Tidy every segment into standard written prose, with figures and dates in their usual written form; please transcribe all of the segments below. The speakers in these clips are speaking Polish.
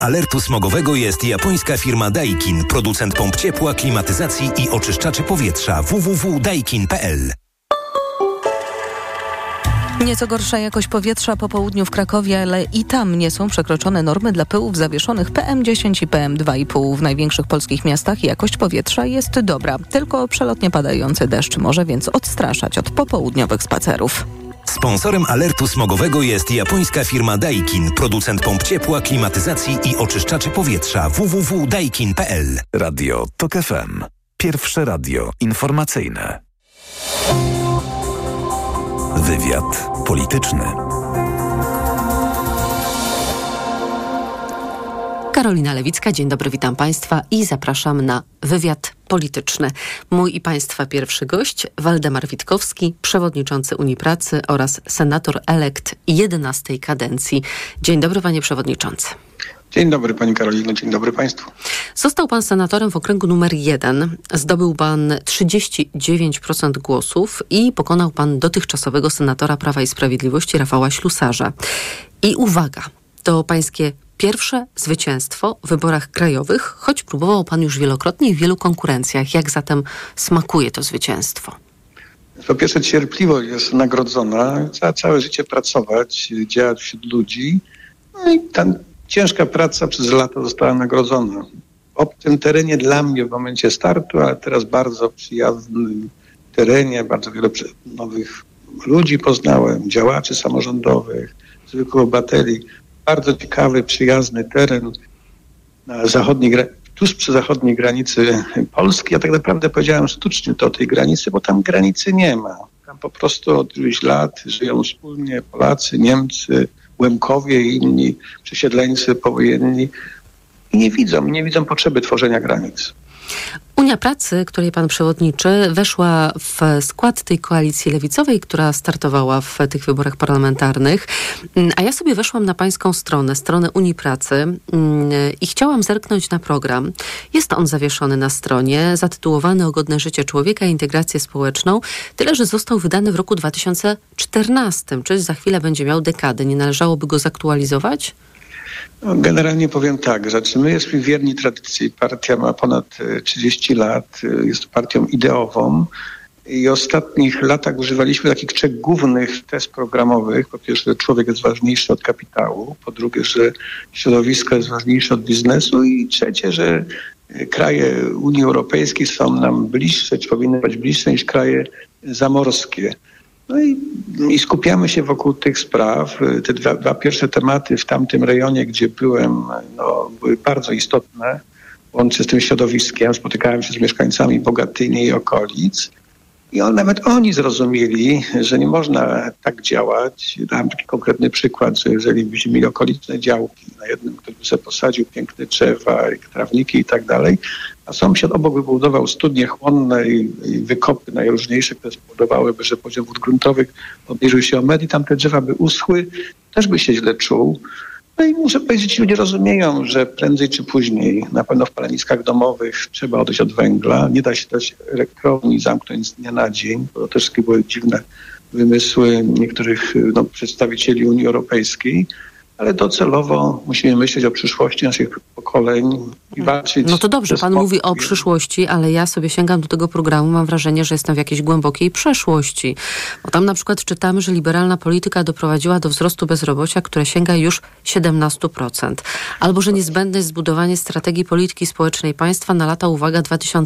alertu smogowego jest japońska firma Daikin, producent pomp ciepła, klimatyzacji i oczyszczaczy powietrza. www.daikin.pl. Nieco gorsza jakość powietrza po południu w Krakowie, ale i tam nie są przekroczone normy dla pyłów zawieszonych PM10 i PM2,5. W największych polskich miastach jakość powietrza jest dobra. Tylko przelotnie padający deszcz może więc odstraszać od popołudniowych spacerów. Sponsorem alertu smogowego jest japońska firma Daikin, producent pomp ciepła, klimatyzacji i oczyszczaczy powietrza. www.daikin.pl. Radio TOK FM. Pierwsze radio informacyjne. Wywiad polityczny. Karolina Lewicka, dzień dobry, witam Państwa i zapraszam na wywiad polityczny. Mój i Państwa pierwszy gość, Waldemar Witkowski, przewodniczący Unii Pracy oraz senator elekt 11 kadencji. Dzień dobry, panie przewodniczący. Dzień dobry pani Karolino, dzień dobry państwu. Został pan senatorem w okręgu numer 1. Zdobył pan 39% głosów i pokonał pan dotychczasowego senatora Prawa i Sprawiedliwości Rafała Ślusarza. I uwaga, to pańskie pierwsze zwycięstwo w wyborach krajowych, choć próbował pan już wielokrotnie w wielu konkurencjach. Jak zatem smakuje to zwycięstwo? Po pierwsze, cierpliwość jest nagrodzona. Trzeba całe życie pracować, działać wśród ludzi. No i ta ciężka praca przez lata została nagrodzona. W tym terenie dla mnie w momencie startu, ale teraz bardzo przyjaznym terenie, bardzo wiele nowych ludzi poznałem, działaczy samorządowych, zwykłych obywateli. Bardzo ciekawy, przyjazny teren na tuż przy zachodniej granicy Polski. Ja tak naprawdę powiedziałem sztucznie to o tej granicy, bo tam granicy nie ma. Tam po prostu od iluś lat żyją wspólnie Polacy, Niemcy, Łemkowie i inni przesiedleńcy powojenni. I nie widzą potrzeby tworzenia granic. Unia Pracy, której pan przewodniczy, weszła w skład tej koalicji lewicowej, która startowała w tych wyborach parlamentarnych. A ja sobie weszłam na pańską stronę Unii Pracy i chciałam zerknąć na program. Jest on zawieszony na stronie, zatytułowany o godne życie człowieka i integrację społeczną, tyle że został wydany w roku 2014, czyli za chwilę będzie miał dekadę. Nie należałoby go zaktualizować? No, generalnie powiem tak, że my jesteśmy wierni tradycji. Partia ma ponad 30 lat, jest partią ideową i w ostatnich latach używaliśmy takich 3 głównych tez programowych. Po pierwsze, że człowiek jest ważniejszy od kapitału, po drugie, że środowisko jest ważniejsze od biznesu i trzecie, że kraje Unii Europejskiej są nam bliższe, czy powinny być bliższe niż kraje zamorskie. No i skupiamy się wokół tych spraw. Te dwa pierwsze tematy w tamtym rejonie, gdzie byłem, były bardzo istotne, łącznie z tym środowiskiem. Spotykałem się z mieszkańcami Bogatyni i okolic. I nawet oni zrozumieli, że nie można tak działać. Dałem taki konkretny przykład, że jeżeli byśmy mieli okoliczne działki, na jednym ktoś by sobie posadził piękne drzewa, trawniki i tak dalej, a sąsiad obok wybudował studnie chłonne i wykopy najróżniejsze, które spowodowałyby, że poziom wód gruntowych obniżył się o metr i tam te drzewa by uschły, też by się źle czuł. No i muszę powiedzieć, że ludzie rozumieją, że prędzej czy później, na pewno w paleniskach domowych trzeba odejść od węgla. Nie da się też elektrowni zamknąć z dnia na dzień, bo to też wszystkie były dziwne wymysły niektórych przedstawicieli Unii Europejskiej. Ale docelowo musimy myśleć o przyszłości naszych pokoleń i walczyć. No to dobrze, pan mówi o przyszłości, ale ja sobie sięgam do tego programu, mam wrażenie, że jestem w jakiejś głębokiej przeszłości. Bo tam na przykład czytamy, że liberalna polityka doprowadziła do wzrostu bezrobocia, które sięga już 17%. Albo, że niezbędne jest zbudowanie strategii polityki społecznej państwa na lata, uwaga,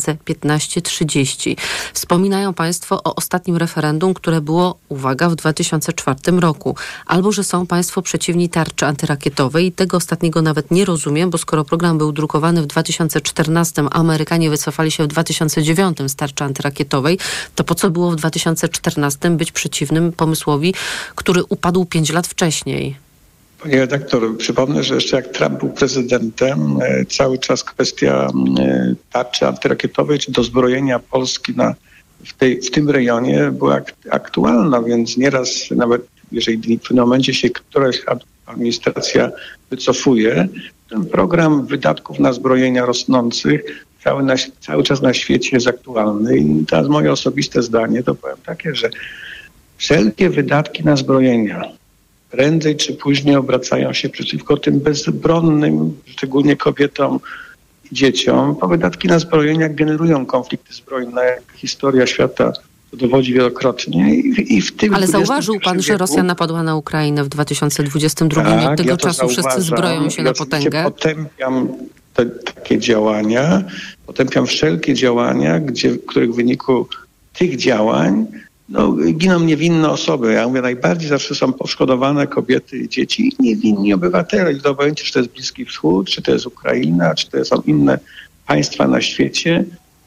2015-30. Wspominają państwo o ostatnim referendum, które było, uwaga, w 2004 roku. Albo, że są państwo przeciwni tarczy antyrakietowej i tego ostatniego nawet nie rozumiem, bo skoro program był drukowany w 2014, a Amerykanie wycofali się w 2009 z tarczy antyrakietowej, to po co było w 2014 być przeciwnym pomysłowi, który upadł 5 lat wcześniej? Panie redaktor, przypomnę, że jeszcze jak Trump był prezydentem, cały czas kwestia tarczy antyrakietowej czy dozbrojenia Polski w tym rejonie była aktualna, więc nieraz nawet jeżeli w tym momencie się któraś administracja wycofuje, ten program wydatków na zbrojenia rosnących cały czas na świecie jest aktualny. I teraz moje osobiste zdanie to powiem takie, że wszelkie wydatki na zbrojenia prędzej czy później obracają się przeciwko tym bezbronnym, szczególnie kobietom i dzieciom, bo wydatki na zbrojenia generują konflikty zbrojne. Historia świata to dowodzi wielokrotnie. I w tym Ale zauważył pan, że Rosja napadła na Ukrainę w 2022 i od tego czasu wszyscy zbroją się na potęgę? Potępiam takie działania, potępiam wszelkie działania, w których w wyniku tych działań giną niewinne osoby. Ja mówię, najbardziej zawsze są poszkodowane kobiety i dzieci i niewinni obywatele. I to obojętnie, czy to jest Bliski Wschód, czy to jest Ukraina, czy to są inne państwa na świecie.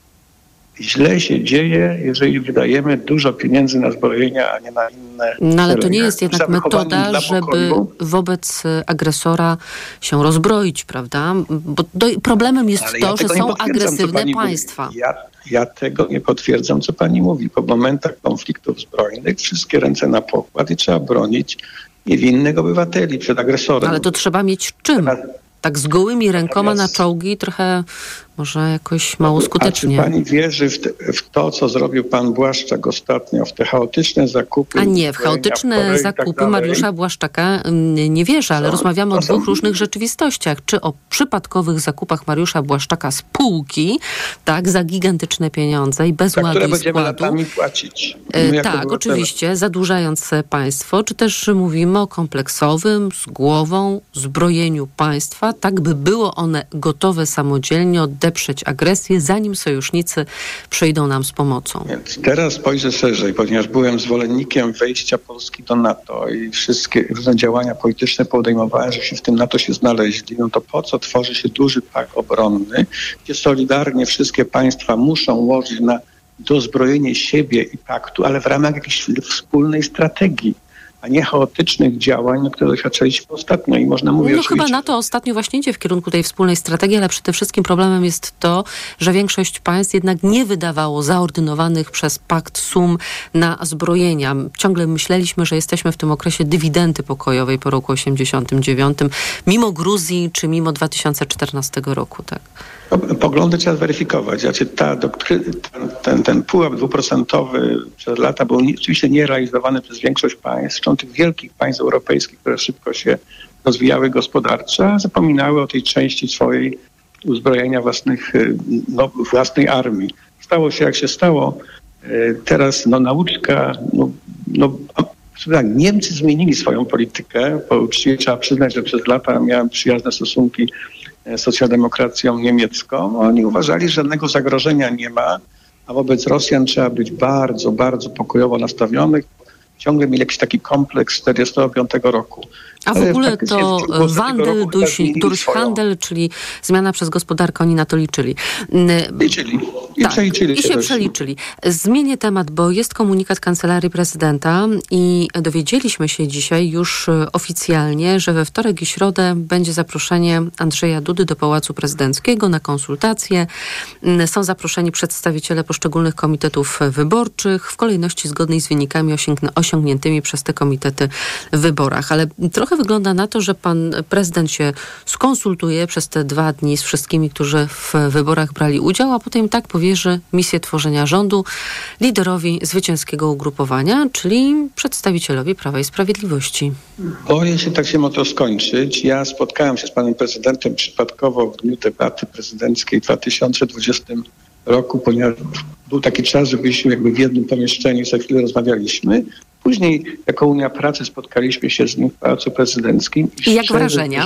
Źle się dzieje, jeżeli wydajemy dużo pieniędzy na zbrojenia, a nie na inne No ale cele. to nie jest jednak metoda, żeby wobec agresora się rozbroić, prawda? Bo problemem jest to, że są agresywne państwa. Ja tego nie potwierdzam, co pani mówi. Po momentach konfliktów zbrojnych wszystkie ręce na pokład i trzeba bronić niewinnych obywateli przed agresorem. Ale to trzeba mieć czym? Tak z gołymi rękoma na czołgi trochę może jakoś mało skutecznie. A czy pani wierzy w to, co zrobił pan Błaszczak ostatnio, w te chaotyczne zakupy? A nie, w chaotyczne zakupy Mariusza Błaszczaka nie wierzę, ale rozmawiamy o dwóch różnych rzeczywistościach. Czy o przypadkowych zakupach Mariusza Błaszczaka spółki, tak, za gigantyczne pieniądze i bez ładu i składu. Będziemy latami płacić. Tak, oczywiście, zadłużając państwo, czy też mówimy o kompleksowym, z głową, zbrojeniu państwa, tak by było one gotowe samodzielnie odeprzeć agresję, zanim sojusznicy przyjdą nam z pomocą. Więc teraz spojrzę szerzej, ponieważ byłem zwolennikiem wejścia Polski do NATO i wszystkie różne działania polityczne podejmowałem, że się w tym NATO się znaleźli, no to po co tworzy się duży pakt obronny, gdzie solidarnie wszystkie państwa muszą łożyć na dozbrojenie siebie i paktu, ale w ramach jakiejś wspólnej strategii, a nie chaotycznych działań, które doświadczyliśmy ostatnio i można mówić oczywiście. Chyba NATO ostatnio właśnie idzie w kierunku tej wspólnej strategii, ale przede wszystkim problemem jest to, że większość państw jednak nie wydawało zaordynowanych przez pakt sum na zbrojenia. Ciągle myśleliśmy, że jesteśmy w tym okresie dywidendy pokojowej po roku 1989, mimo Gruzji czy mimo 2014 roku, tak? Poglądy trzeba zweryfikować. Znaczy ten pułap 2% przez lata był oczywiście nie realizowany przez większość państw, zresztą tych wielkich państw europejskich, które szybko się rozwijały gospodarczo, a zapominały o tej części swojej uzbrojenia własnej armii. Stało się jak się stało. Teraz nauczka, Niemcy zmienili swoją politykę, bo uczciwie trzeba przyznać, że przez lata miałem przyjazne stosunki z socjaldemokracją niemiecką. Oni uważali, że żadnego zagrożenia nie ma, a wobec Rosjan trzeba być bardzo, bardzo pokojowo nastawionych. Ciągle mieli jakiś taki kompleks 1945 roku. A w ogóle to Wandel durch Handel, czyli zmiana przez gospodarkę, oni na to liczyli. Liczyli. I się przeliczyli. Zmienię temat, bo jest komunikat Kancelarii Prezydenta i dowiedzieliśmy się dzisiaj już oficjalnie, że we wtorek i środę będzie zaproszenie Andrzeja Dudy do Pałacu Prezydenckiego na konsultacje. Są zaproszeni przedstawiciele poszczególnych komitetów wyborczych w kolejności zgodnej z wynikami osiągniętymi przez te komitety w wyborach. Ale trochę wygląda na to, że pan prezydent się skonsultuje przez te 2 dni z wszystkimi, którzy w wyborach brali udział, a potem tak powierzy misję tworzenia rządu liderowi zwycięskiego ugrupowania, czyli przedstawicielowi Prawa i Sprawiedliwości. Boję się, tak się ma to skończyć. Ja spotkałem się z panem prezydentem przypadkowo w dniu debaty prezydenckiej w 2020 roku, ponieważ był taki czas, żebyśmy w jednym pomieszczeniu za chwilę rozmawialiśmy. Później jako Unia Pracy spotkaliśmy się z nim w Pałacu Prezydenckim. I jak wrażenia?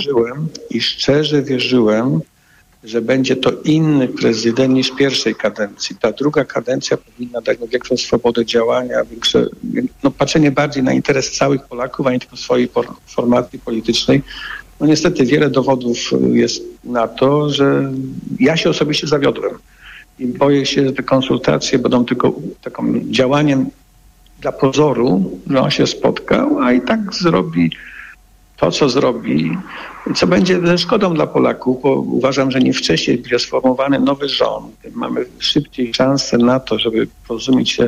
Szczerze wierzyłem, że będzie to inny prezydent niż pierwszej kadencji. Ta druga kadencja powinna dać mu większą swobodę działania, większe, patrzenie bardziej na interes całych Polaków, a nie tylko swojej formacji politycznej. Niestety wiele dowodów jest na to, że ja się osobiście zawiodłem. I boję się, że te konsultacje będą tylko takim działaniem dla pozoru, że on się spotkał, a i tak zrobi to, co zrobi, co będzie ze szkodą dla Polaków, bo uważam, że nie wcześniej będzie sformowany nowy rząd. Mamy szybciej szansę na to, żeby porozumieć się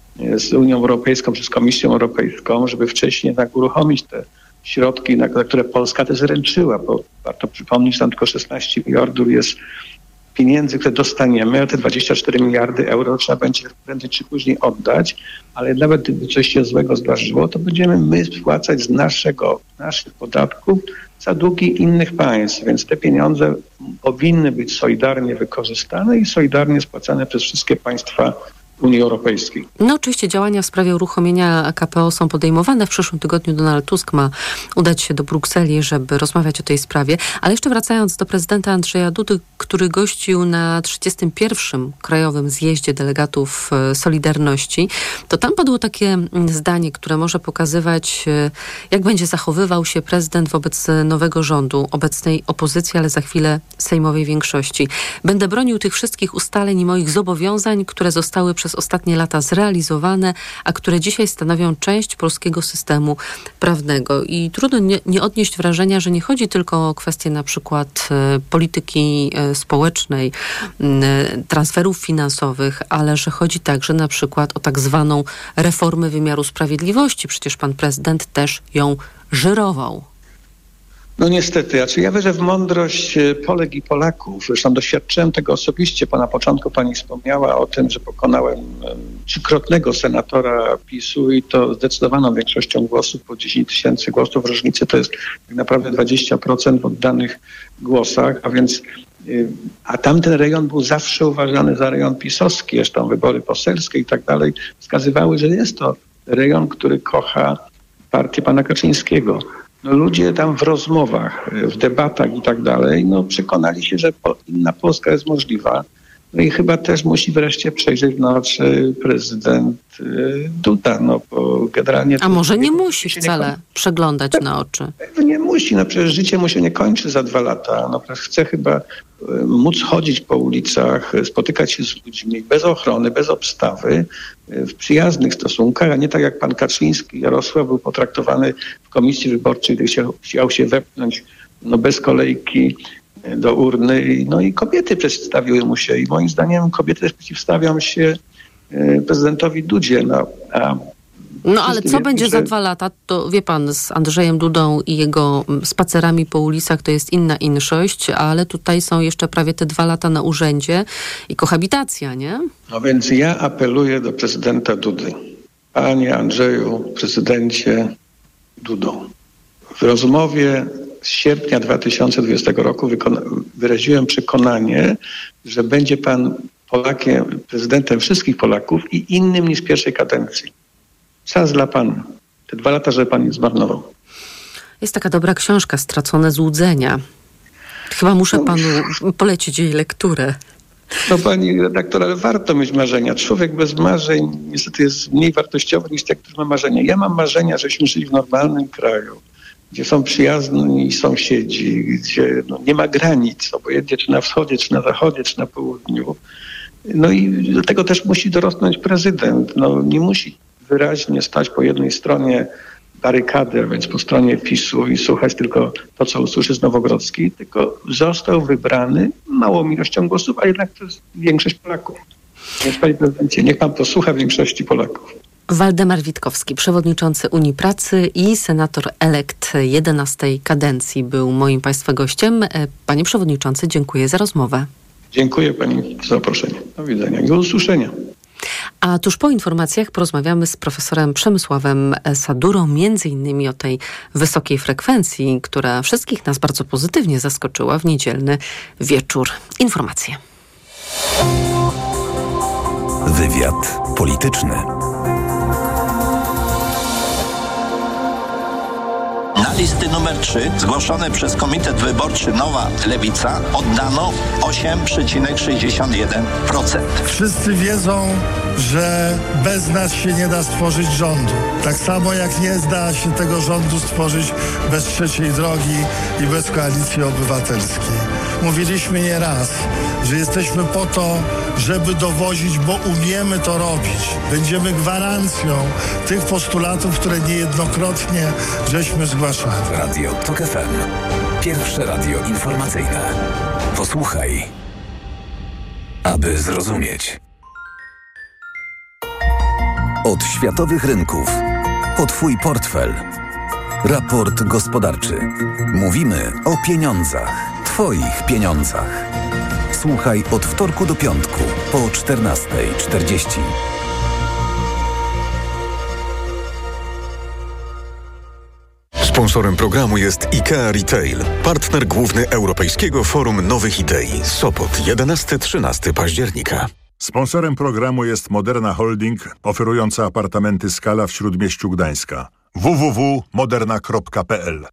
z Unią Europejską czy z Komisją Europejską, żeby wcześniej jednak uruchomić te środki, na które Polska też ręczyła, bo warto przypomnieć, że tam tylko 16 miliardów jest pieniędzy, które dostaniemy, a te 24 miliardy euro trzeba będzie prędzej czy później oddać, ale nawet gdyby coś się złego zdarzyło, to będziemy my spłacać z naszych podatków za długi innych państw, więc te pieniądze powinny być solidarnie wykorzystane i solidarnie spłacane przez wszystkie państwa Unii Europejskiej. No oczywiście działania w sprawie uruchomienia KPO są podejmowane. W przyszłym tygodniu Donald Tusk ma udać się do Brukseli, żeby rozmawiać o tej sprawie. Ale jeszcze wracając do prezydenta Andrzeja Dudy, który gościł na 31. Krajowym Zjeździe Delegatów Solidarności, to tam padło takie zdanie, które może pokazywać, jak będzie zachowywał się prezydent wobec nowego rządu, obecnej opozycji, ale za chwilę sejmowej większości. Będę bronił tych wszystkich ustaleń i moich zobowiązań, które zostały przez ostatnie lata zrealizowane, a które dzisiaj stanowią część polskiego systemu prawnego. I trudno nie odnieść wrażenia, że nie chodzi tylko o kwestię na przykład polityki społecznej, transferów finansowych, ale że chodzi także na przykład o tak zwaną reformę wymiaru sprawiedliwości. Przecież pan prezydent też ją żyrował. No niestety, ja wierzę w mądrość Polek i Polaków. Zresztą doświadczyłem tego osobiście. Na początku pani wspomniała o tym, że pokonałem trzykrotnego senatora PiS-u i to zdecydowaną większością głosów, po 10 tysięcy głosów różnicy to jest tak naprawdę 20% w oddanych głosach, a tamten rejon był zawsze uważany za rejon pisowski, zresztą wybory poselskie i tak dalej wskazywały, że jest to rejon, który kocha partię pana Kaczyńskiego. No ludzie tam w rozmowach, w debatach i tak dalej, przekonali się, że inna Polska jest możliwa. No i chyba też musi wreszcie przejrzeć na oczy prezydent Duda. Bo generalnie a może nie musi wcale przeglądać na oczy? Nie musi. Przecież życie mu się nie kończy za 2 lata. Chce chyba móc chodzić po ulicach, spotykać się z ludźmi bez ochrony, bez obstawy, w przyjaznych stosunkach, a nie tak jak pan Kaczyński, Jarosław był potraktowany w komisji wyborczej, gdy chciał się wepchnąć bez kolejki do urny. I kobiety przeciwstawiły mu się i moim zdaniem kobiety też przeciwstawią się prezydentowi Dudzie. Ale co będzie za 2 lata, to wie pan, z Andrzejem Dudą i jego spacerami po ulicach to jest inna inszość, ale tutaj są jeszcze prawie te 2 lata na urzędzie i kohabitacja, nie? No więc ja apeluję do prezydenta Dudy. Panie Andrzeju, prezydencie Dudo, w rozmowie z sierpnia 2020 roku wyraziłem przekonanie, że będzie pan Polakiem, prezydentem wszystkich Polaków i innym niż pierwszej kadencji. Czas dla pana. Te 2 lata, żeby pan nie zmarnował. Jest taka dobra książka, Stracone złudzenia. Chyba muszę panu polecić jej lekturę. Pani redaktor, ale warto mieć marzenia. Człowiek bez marzeń niestety jest mniej wartościowy niż ten, który ma marzenia. Ja mam marzenia, żebyśmy żyli w normalnym kraju, gdzie są przyjazni sąsiedzi, gdzie nie ma granic, obojętnie czy na wschodzie, czy na zachodzie, czy na południu. I do tego też musi dorosnąć prezydent. Nie musi wyraźnie stać po jednej stronie barykady, a więc po stronie PiS-u i słuchać tylko to, co usłyszy z Nowogrodzkiej, tylko został wybrany małą ilością głosów, a jednak przez większość Polaków. Więc panie prezydencie, niech pan posłucha większości Polaków. Waldemar Witkowski, przewodniczący Unii Pracy i senator elekt 11. kadencji był moim państwa gościem. Panie przewodniczący, dziękuję za rozmowę. Dziękuję pani za zaproszenie. Do widzenia i do usłyszenia. A tuż po informacjach porozmawiamy z profesorem Przemysławem Sadurą, między innymi o tej wysokiej frekwencji, która wszystkich nas bardzo pozytywnie zaskoczyła w niedzielny wieczór. Informacje. Wywiad polityczny. Na listy numer 3, zgłoszone przez Komitet Wyborczy Nowa Lewica, oddano 8,61%. Wszyscy wiedzą, że bez nas się nie da stworzyć rządu. Tak samo jak nie da się tego rządu stworzyć bez trzeciej drogi i bez Koalicji Obywatelskiej. Mówiliśmy nieraz, że jesteśmy po to, żeby dowozić, bo umiemy to robić. Będziemy gwarancją tych postulatów, które niejednokrotnie żeśmy zgłaszali. Radio TOK FM. Pierwsze radio informacyjne. Posłuchaj, aby zrozumieć. Od światowych rynków po twój portfel. Raport gospodarczy. Mówimy o pieniądzach. Twoich pieniądzach. Słuchaj od wtorku do piątku po 14:40. Sponsorem programu jest IKEA Retail, partner główny Europejskiego Forum Nowych Idei. Sopot, 11-13 października. Sponsorem programu jest Moderna Holding, oferująca apartamenty Skala w Śródmieściu Gdańska. www.moderna.pl.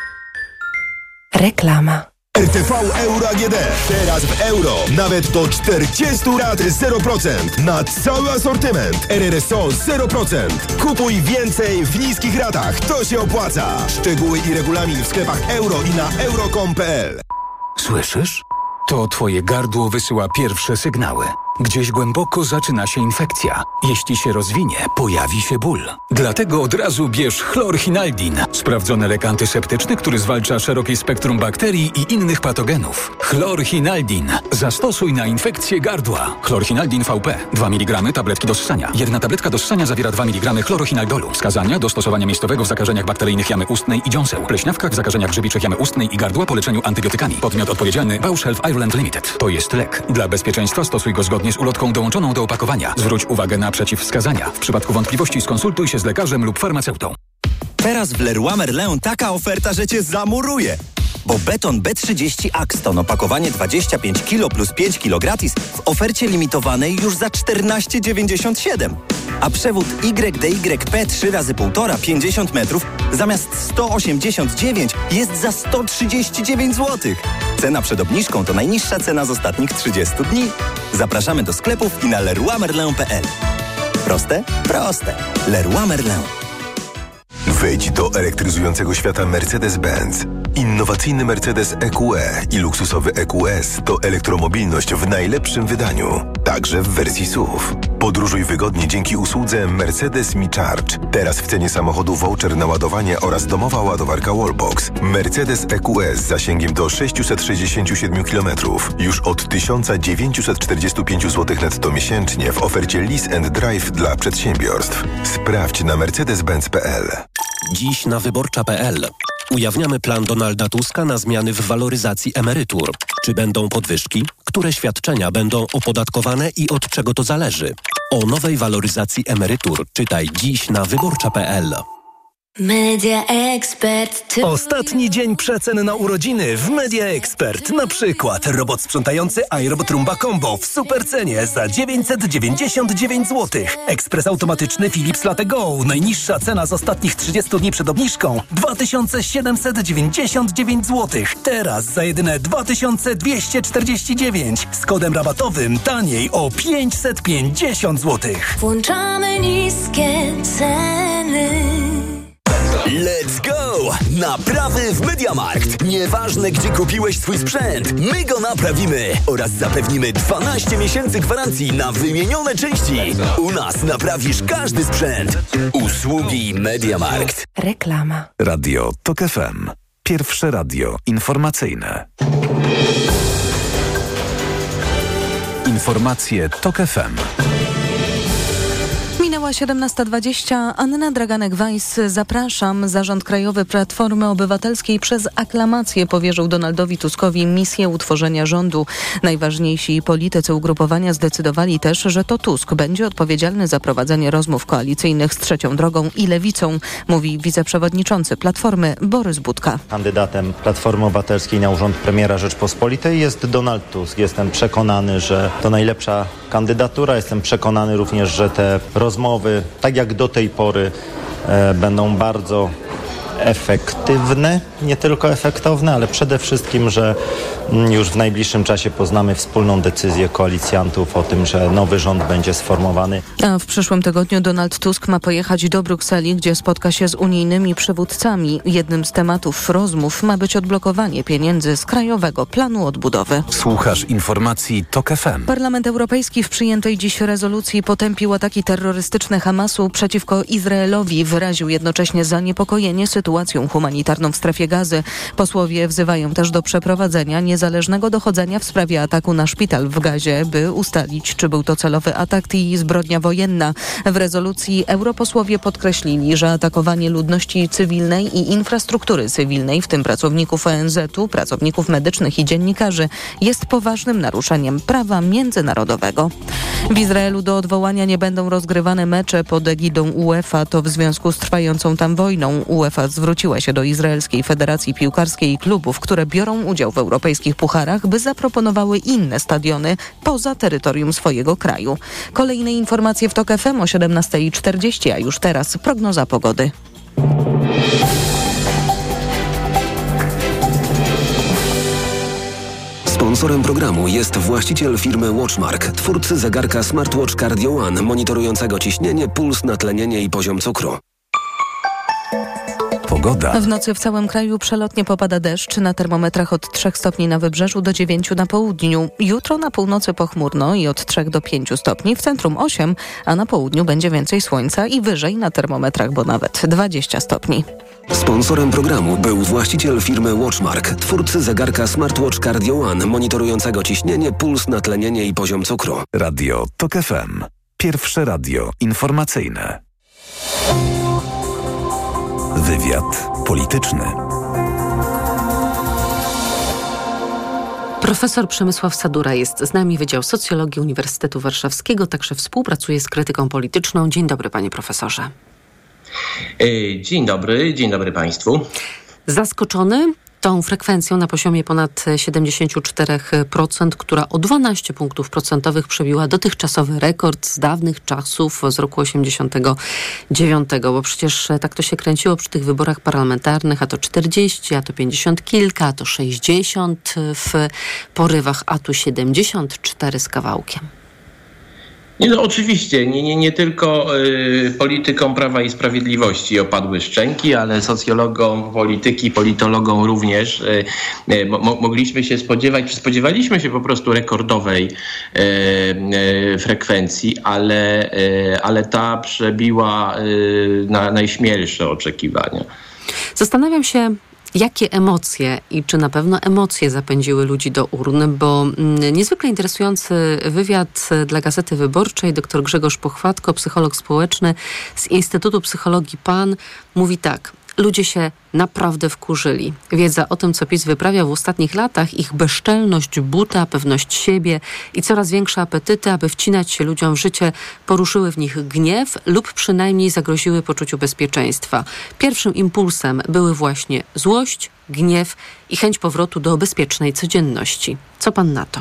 Reklama. RTV Euro AGD. Teraz w euro. Nawet do 40 rat 0%. Na cały asortyment. RRSO 0%. Kupuj więcej w niskich ratach. To się opłaca. Szczegóły i regulamin w sklepach euro i na euro.com.pl. Słyszysz? To twoje gardło wysyła pierwsze sygnały. Gdzieś głęboko zaczyna się infekcja. Jeśli się rozwinie, pojawi się ból. Dlatego od razu bierz Chlorhinaldin. Sprawdzony lek antyseptyczny, który zwalcza szerokie spektrum bakterii i innych patogenów. Chlorhinaldin. Zastosuj na infekcję gardła. Chlorhinaldin VP. 2 mg tabletki do ssania. Jedna tabletka do ssania zawiera 2 mg chlorochinaldolu. Wskazania do stosowania miejscowego w zakażeniach bakteryjnych jamy ustnej i dziąseł. Pleśniawkach w zakażeniach grzybiczych jamy ustnej i gardła po leczeniu antybiotykami. Podmiot odpowiedzialny Bausch Health Ireland Limited. To jest lek. Dla bezpieczeństwa stosuj go zgodnie z ulotką dołączoną do opakowania. Zwróć uwagę na przeciwwskazania. W przypadku wątpliwości skonsultuj się z lekarzem lub farmaceutą. Teraz w Leroy Merlin taka oferta, że cię zamuruje. Bo beton B30 Axton opakowanie 25 kg plus 5 kg gratis w ofercie limitowanej już za 14,97. A przewód YDYP 3x1,5 50 metrów zamiast 189 jest za 139 zł. Cena przed obniżką to najniższa cena z ostatnich 30 dni. Zapraszamy do sklepów i na leroymerlin.pl. Proste? Proste. Leroy Merlin. Wejdź do elektryzującego świata Mercedes-Benz. Innowacyjny Mercedes EQE i luksusowy EQS to elektromobilność w najlepszym wydaniu, także w wersji SUV. Podróżuj wygodnie dzięki usłudze Mercedes Me Charge. Teraz w cenie samochodu voucher na ładowanie oraz domowa ładowarka Wallbox. Mercedes EQS z zasięgiem do 667 km. Już od 1945 zł netto miesięcznie w ofercie Lease and Drive dla przedsiębiorstw. Sprawdź na mercedes-benz.pl. Dziś na wyborcza.pl ujawniamy plan Donalda Tuska na zmiany w waloryzacji emerytur. Czy będą podwyżki? Które świadczenia będą opodatkowane i od czego to zależy? O nowej waloryzacji emerytur czytaj dziś na wyborcza.pl. Media Expert. Ostatni dzień przecen na urodziny w Media Expert. Na przykład robot sprzątający iRobot Roomba Combo w supercenie za 999 zł. Ekspres automatyczny Philips Latte Go. Najniższa cena z ostatnich 30 dni przed obniżką 2799 zł. Teraz za jedyne 2249. Z kodem rabatowym taniej o 550 zł. Włączamy niskie ceny. Let's go! Naprawy w MediaMarkt. Nieważne, gdzie kupiłeś swój sprzęt, my go naprawimy oraz zapewnimy 12 miesięcy gwarancji na wymienione części. U nas naprawisz każdy sprzęt. Usługi MediaMarkt. Reklama. Radio TOK FM. Pierwsze radio informacyjne. Informacje TOK FM. Minęła 17:20. Anna Draganek-Weiss, zapraszam. Zarząd Krajowy Platformy Obywatelskiej przez aklamację powierzył Donaldowi Tuskowi misję utworzenia rządu. Najważniejsi politycy ugrupowania zdecydowali też, że to Tusk będzie odpowiedzialny za prowadzenie rozmów koalicyjnych z Trzecią Drogą i Lewicą, mówi wiceprzewodniczący Platformy Borys Budka. Kandydatem Platformy Obywatelskiej na urząd premiera Rzeczpospolitej jest Donald Tusk. Jestem przekonany, że to najlepsza kandydatura. Jestem przekonany również, że te rozmowy, tak jak do tej pory, będą bardzo efektywne, nie tylko efektowne, ale przede wszystkim, że już w najbliższym czasie poznamy wspólną decyzję koalicjantów o tym, że nowy rząd będzie sformowany. A w przyszłym tygodniu Donald Tusk ma pojechać do Brukseli, gdzie spotka się z unijnymi przywódcami. Jednym z tematów rozmów ma być odblokowanie pieniędzy z Krajowego Planu Odbudowy. Słuchasz informacji TOK FM. Parlament Europejski w przyjętej dziś rezolucji potępił ataki terrorystyczne Hamasu przeciwko Izraelowi. Wyraził jednocześnie zaniepokojenie sytuacją sytuacją humanitarną w strefie Gazy. Posłowie wzywają też do przeprowadzenia niezależnego dochodzenia w sprawie ataku na szpital w Gazie, by ustalić, czy był to celowy atak i zbrodnia wojenna. W rezolucji europosłowie podkreślili, że atakowanie ludności cywilnej i infrastruktury cywilnej, w tym pracowników ONZ-u, pracowników medycznych i dziennikarzy, jest poważnym naruszeniem prawa międzynarodowego. W Izraelu do odwołania nie będą rozgrywane mecze pod egidą UEFA. To w związku z trwającą tam wojną. UEFA zwróciła się do Izraelskiej Federacji Piłkarskiej i klubów, które biorą udział w europejskich pucharach, by zaproponowały inne stadiony poza terytorium swojego kraju. Kolejne informacje w TOK FM o 17:40, a już teraz prognoza pogody. Sponsorem programu jest właściciel firmy Watchmark, twórcy zegarka Smartwatch Cardio One, monitorującego ciśnienie, puls, natlenienie i poziom cukru. Pogoda. W nocy w całym kraju przelotnie popada deszcz, na termometrach od 3 stopni na wybrzeżu do 9 na południu. Jutro na północy pochmurno i od 3 do 5 stopni, w centrum 8, a na południu będzie więcej słońca i wyżej na termometrach, bo nawet 20 stopni. Sponsorem programu był właściciel firmy Watchmark, twórcy zegarka Smartwatch Cardio One, monitorującego ciśnienie, puls, natlenienie i poziom cukru. Radio TOK FM. Pierwsze radio informacyjne. Wywiad polityczny. Profesor Przemysław Sadura jest z nami, Wydział Socjologii Uniwersytetu Warszawskiego, także współpracuje z krytyką polityczną. Dzień dobry, panie profesorze. Dzień dobry Państwu. Zaskoczony tą frekwencją na poziomie ponad 74%, która o 12 punktów procentowych przebiła dotychczasowy rekord z dawnych czasów, z roku 89, bo przecież tak to się kręciło przy tych wyborach parlamentarnych, a to 40, a to 50 kilka, a to 60 w porywach, a tu 74 z kawałkiem. No oczywiście, nie tylko politykom Prawa i Sprawiedliwości opadły szczęki, ale socjologom polityki, politologom również. Mogliśmy się spodziewać, czy spodziewaliśmy się po prostu rekordowej frekwencji, ale ta przebiła na najśmielsze oczekiwania. Zastanawiam się, jakie emocje i czy na pewno emocje zapędziły ludzi do urn, bo niezwykle interesujący wywiad dla Gazety Wyborczej dr Grzegorz Pochwatko, psycholog społeczny z Instytutu Psychologii PAN, mówi tak. Ludzie się naprawdę wkurzyli. Wiedza o tym, co PiS wyprawia w ostatnich latach, ich bezczelność, buta, pewność siebie i coraz większe apetyty, aby wcinać się ludziom w życie, poruszyły w nich gniew lub przynajmniej zagroziły poczuciu bezpieczeństwa. Pierwszym impulsem były właśnie złość, gniew i chęć powrotu do bezpiecznej codzienności. Co pan na to?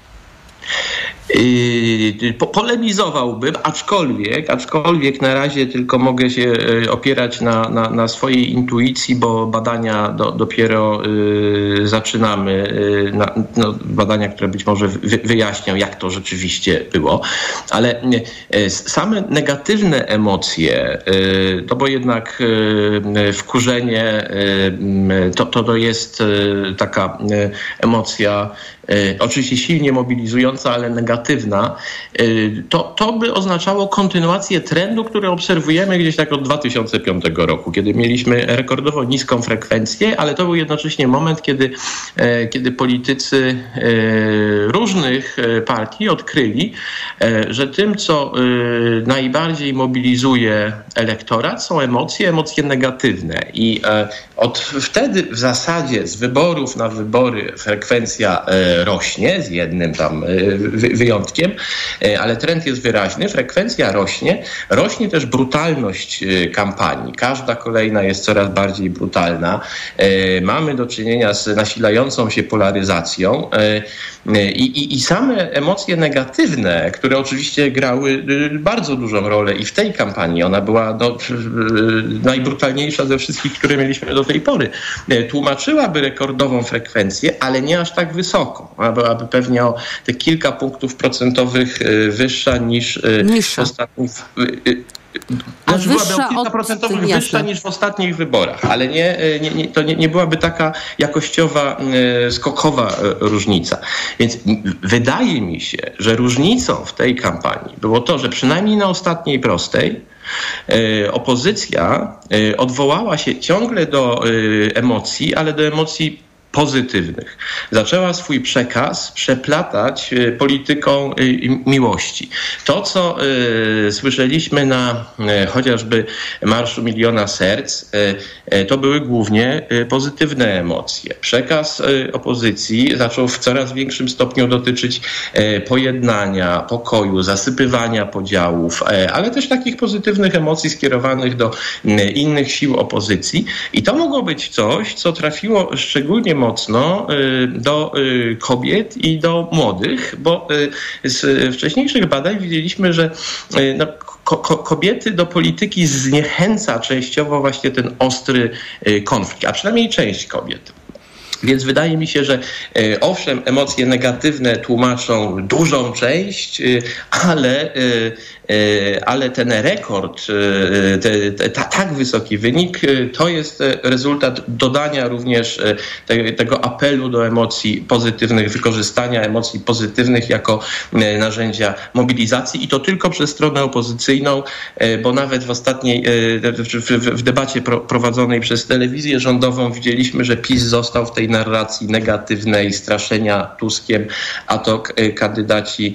Polemizowałbym, aczkolwiek na razie tylko mogę się opierać na swojej intuicji, bo badania dopiero zaczynamy, badania, które być może wyjaśnią, jak to rzeczywiście było, ale same negatywne emocje, to bo jednak wkurzenie to jest taka emocja oczywiście silnie mobilizująca, ale negatywna, to by oznaczało kontynuację trendu, który obserwujemy gdzieś tak od 2005 roku, kiedy mieliśmy rekordowo niską frekwencję, ale to był jednocześnie moment, kiedy politycy różnych partii odkryli, że tym, co najbardziej mobilizuje elektorat, są emocje negatywne. I od wtedy w zasadzie z wyborów na wybory frekwencja rośnie, z jednym tam wyjątkiem, ale trend jest wyraźny, frekwencja rośnie też brutalność kampanii. Każda kolejna jest coraz bardziej brutalna. Mamy do czynienia z nasilającą się polaryzacją i same emocje negatywne, które oczywiście grały bardzo dużą rolę i w tej kampanii, ona była najbrutalniejsza ze wszystkich, które mieliśmy do tej pory, tłumaczyłaby rekordową frekwencję, ale nie aż tak wysoką. Ona byłaby pewnie o te kilka punktów procentowych wyższa niż ostatnich wyższa od wyższa niż w ostatnich wyborach, ale to nie byłaby taka jakościowa, skokowa różnica. Więc wydaje mi się, że różnicą w tej kampanii było to, że przynajmniej na ostatniej prostej opozycja odwołała się ciągle do emocji, ale do emocji pozytywnych. Zaczęła swój przekaz przeplatać polityką miłości. To, co słyszeliśmy na chociażby Marszu Miliona Serc, to były głównie pozytywne emocje. Przekaz opozycji zaczął w coraz większym stopniu dotyczyć pojednania, pokoju, zasypywania podziałów, ale też takich pozytywnych emocji skierowanych do innych sił opozycji. I to mogło być coś, co trafiło szczególnie mocno do kobiet i do młodych, bo z wcześniejszych badań widzieliśmy, że kobiety do polityki zniechęca częściowo właśnie ten ostry konflikt, a przynajmniej część kobiet. Więc wydaje mi się, że owszem, emocje negatywne tłumaczą dużą część, ale ten rekord, tak wysoki wynik, to jest rezultat dodania również tego apelu do emocji pozytywnych, wykorzystania emocji pozytywnych jako narzędzia mobilizacji i to tylko przez stronę opozycyjną, bo nawet w debacie prowadzonej przez telewizję rządową widzieliśmy, że PiS został w tej narracji negatywnej, straszenia Tuskiem, a to kandydaci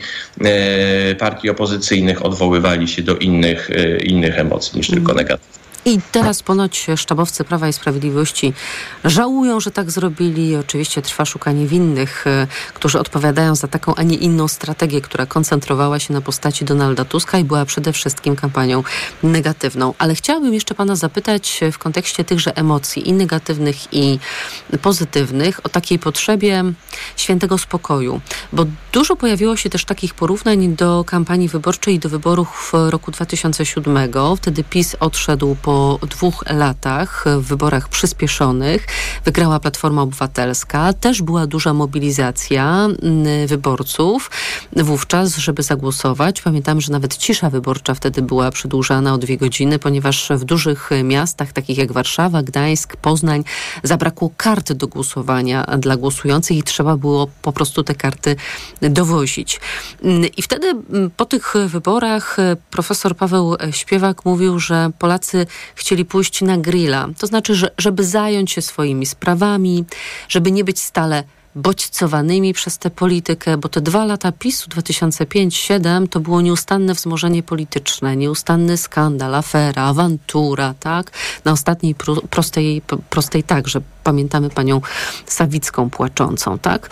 partii opozycyjnych odwoływali się do innych emocji niż tylko negatywnych. I teraz ponoć sztabowcy Prawa i Sprawiedliwości żałują, że tak zrobili. I oczywiście trwa szukanie winnych, którzy odpowiadają za taką, a nie inną strategię, która koncentrowała się na postaci Donalda Tuska i była przede wszystkim kampanią negatywną. Ale chciałabym jeszcze pana zapytać w kontekście tychże emocji i negatywnych, i pozytywnych o takiej potrzebie świętego spokoju. Bo dużo pojawiło się też takich porównań do kampanii wyborczej i do wyborów w roku 2007. Wtedy PiS odszedł po 2 latach w wyborach przyspieszonych. Wygrała Platforma Obywatelska. Też była duża mobilizacja wyborców wówczas, żeby zagłosować. Pamiętam, że nawet cisza wyborcza wtedy była przedłużana o 2 godziny, ponieważ w dużych miastach, takich jak Warszawa, Gdańsk, Poznań, zabrakło kart do głosowania dla głosujących i trzeba było po prostu te karty dowozić. I wtedy po tych wyborach profesor Paweł Śpiewak mówił, że Polacy chcieli pójść na grilla. To znaczy, żeby zająć się swoimi sprawami, żeby nie być stale bodźcowanymi przez tę politykę, bo te 2 lata PiS-u 2005-2007 to było nieustanne wzmożenie polityczne, nieustanny skandal, afera, awantura, tak? Na ostatniej prostej także pamiętamy panią Sawicką płaczącą, tak?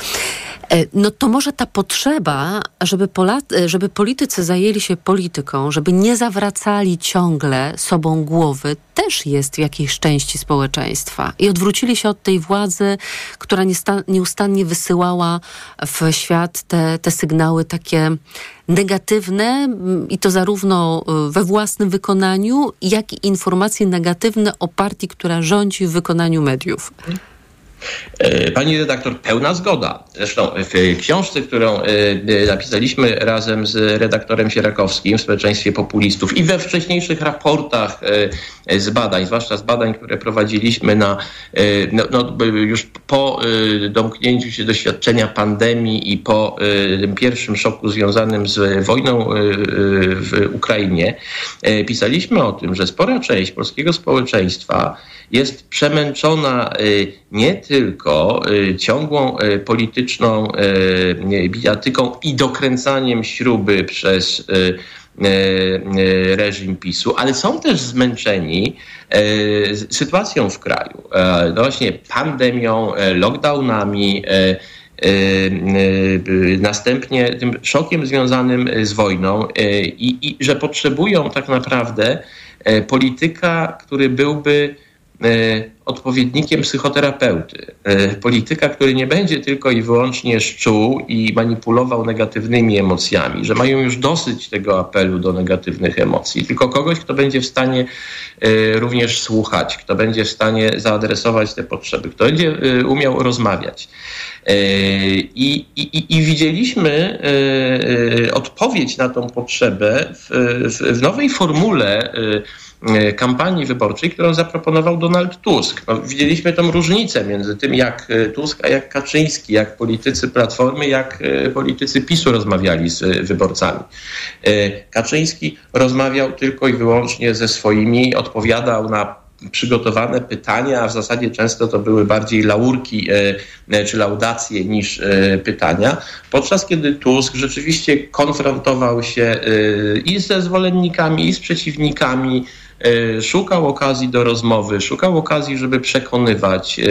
No to może ta potrzeba, żeby politycy zajęli się polityką, żeby nie zawracali ciągle sobą głowy, też jest w jakiejś części społeczeństwa. I odwrócili się od tej władzy, która nieustannie wysyłała w świat te sygnały takie negatywne i to zarówno we własnym wykonaniu, jak i informacje negatywne o partii, która rządzi w wykonaniu mediów. Pani redaktor, pełna zgoda. Zresztą w książce, którą napisaliśmy razem z redaktorem Sierakowskim w Społeczeństwie Populistów i we wcześniejszych raportach z badań, zwłaszcza z badań, które prowadziliśmy już po domknięciu się doświadczenia pandemii i po tym pierwszym szoku związanym z wojną w Ukrainie, pisaliśmy o tym, że spora część polskiego społeczeństwa jest przemęczona nie tylko ciągłą polityczną bijatyką i dokręcaniem śruby przez reżim PiS-u, ale są też zmęczeni sytuacją w kraju. No właśnie pandemią, lockdownami, następnie tym szokiem związanym z wojną i że potrzebują tak naprawdę polityka, który byłby odpowiednikiem psychoterapeuty. Polityka, który nie będzie tylko i wyłącznie szczuł i manipulował negatywnymi emocjami, że mają już dosyć tego apelu do negatywnych emocji, tylko kogoś, kto będzie w stanie również słuchać, kto będzie w stanie zaadresować te potrzeby, kto będzie umiał rozmawiać. I widzieliśmy odpowiedź na tą potrzebę w nowej formule kampanii wyborczej, którą zaproponował Donald Tusk. No, widzieliśmy tą różnicę między tym, jak Tusk, a jak Kaczyński, jak politycy Platformy, jak politycy PiS-u rozmawiali z wyborcami. Kaczyński rozmawiał tylko i wyłącznie ze swoimi, odpowiadał na przygotowane pytania, a w zasadzie często to były bardziej laurki czy laudacje niż pytania, podczas kiedy Tusk rzeczywiście konfrontował się i ze zwolennikami, i z przeciwnikami, szukał okazji do rozmowy, szukał okazji, żeby przekonywać,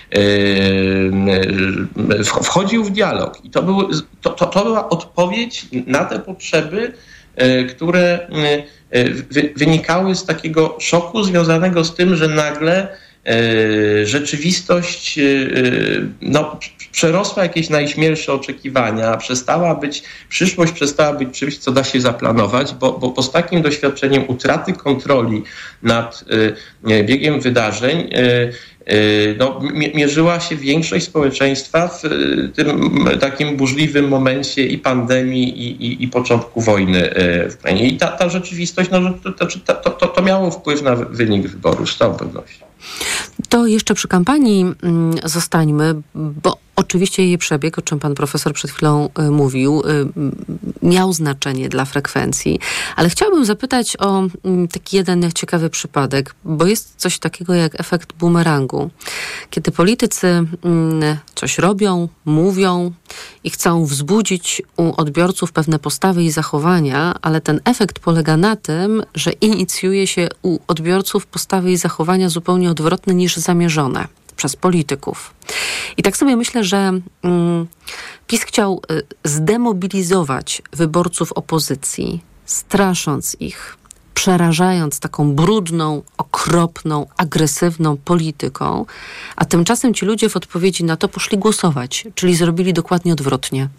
wchodził w dialog. I to była odpowiedź na te potrzeby, które wynikały z takiego szoku związanego z tym, że nagle rzeczywistość przerosła jakieś najśmielsze oczekiwania, przyszłość przestała być czymś, co da się zaplanować, bo z takim doświadczeniem utraty kontroli nad biegiem wydarzeń mierzyła się większość społeczeństwa w tym takim burzliwym momencie i pandemii, i początku wojny w Ukrainie. I ta rzeczywistość, to miało wpływ na wynik wyborów, z całą pewnością. To jeszcze przy kampanii zostańmy, bo oczywiście jej przebieg, o czym pan profesor przed chwilą mówił, miał znaczenie dla frekwencji, ale chciałabym zapytać o taki jeden ciekawy przypadek, bo jest coś takiego jak efekt bumerangu. Kiedy politycy coś robią, mówią i chcą wzbudzić u odbiorców pewne postawy i zachowania, ale ten efekt polega na tym, że inicjuje się u odbiorców postawy i zachowania zupełnie odwrotne niż zamierzone przez polityków. I tak sobie myślę, że PiS chciał zdemobilizować wyborców opozycji, strasząc ich, przerażając taką brudną, okropną, agresywną polityką, a tymczasem ci ludzie w odpowiedzi na to poszli głosować, czyli zrobili dokładnie odwrotnie.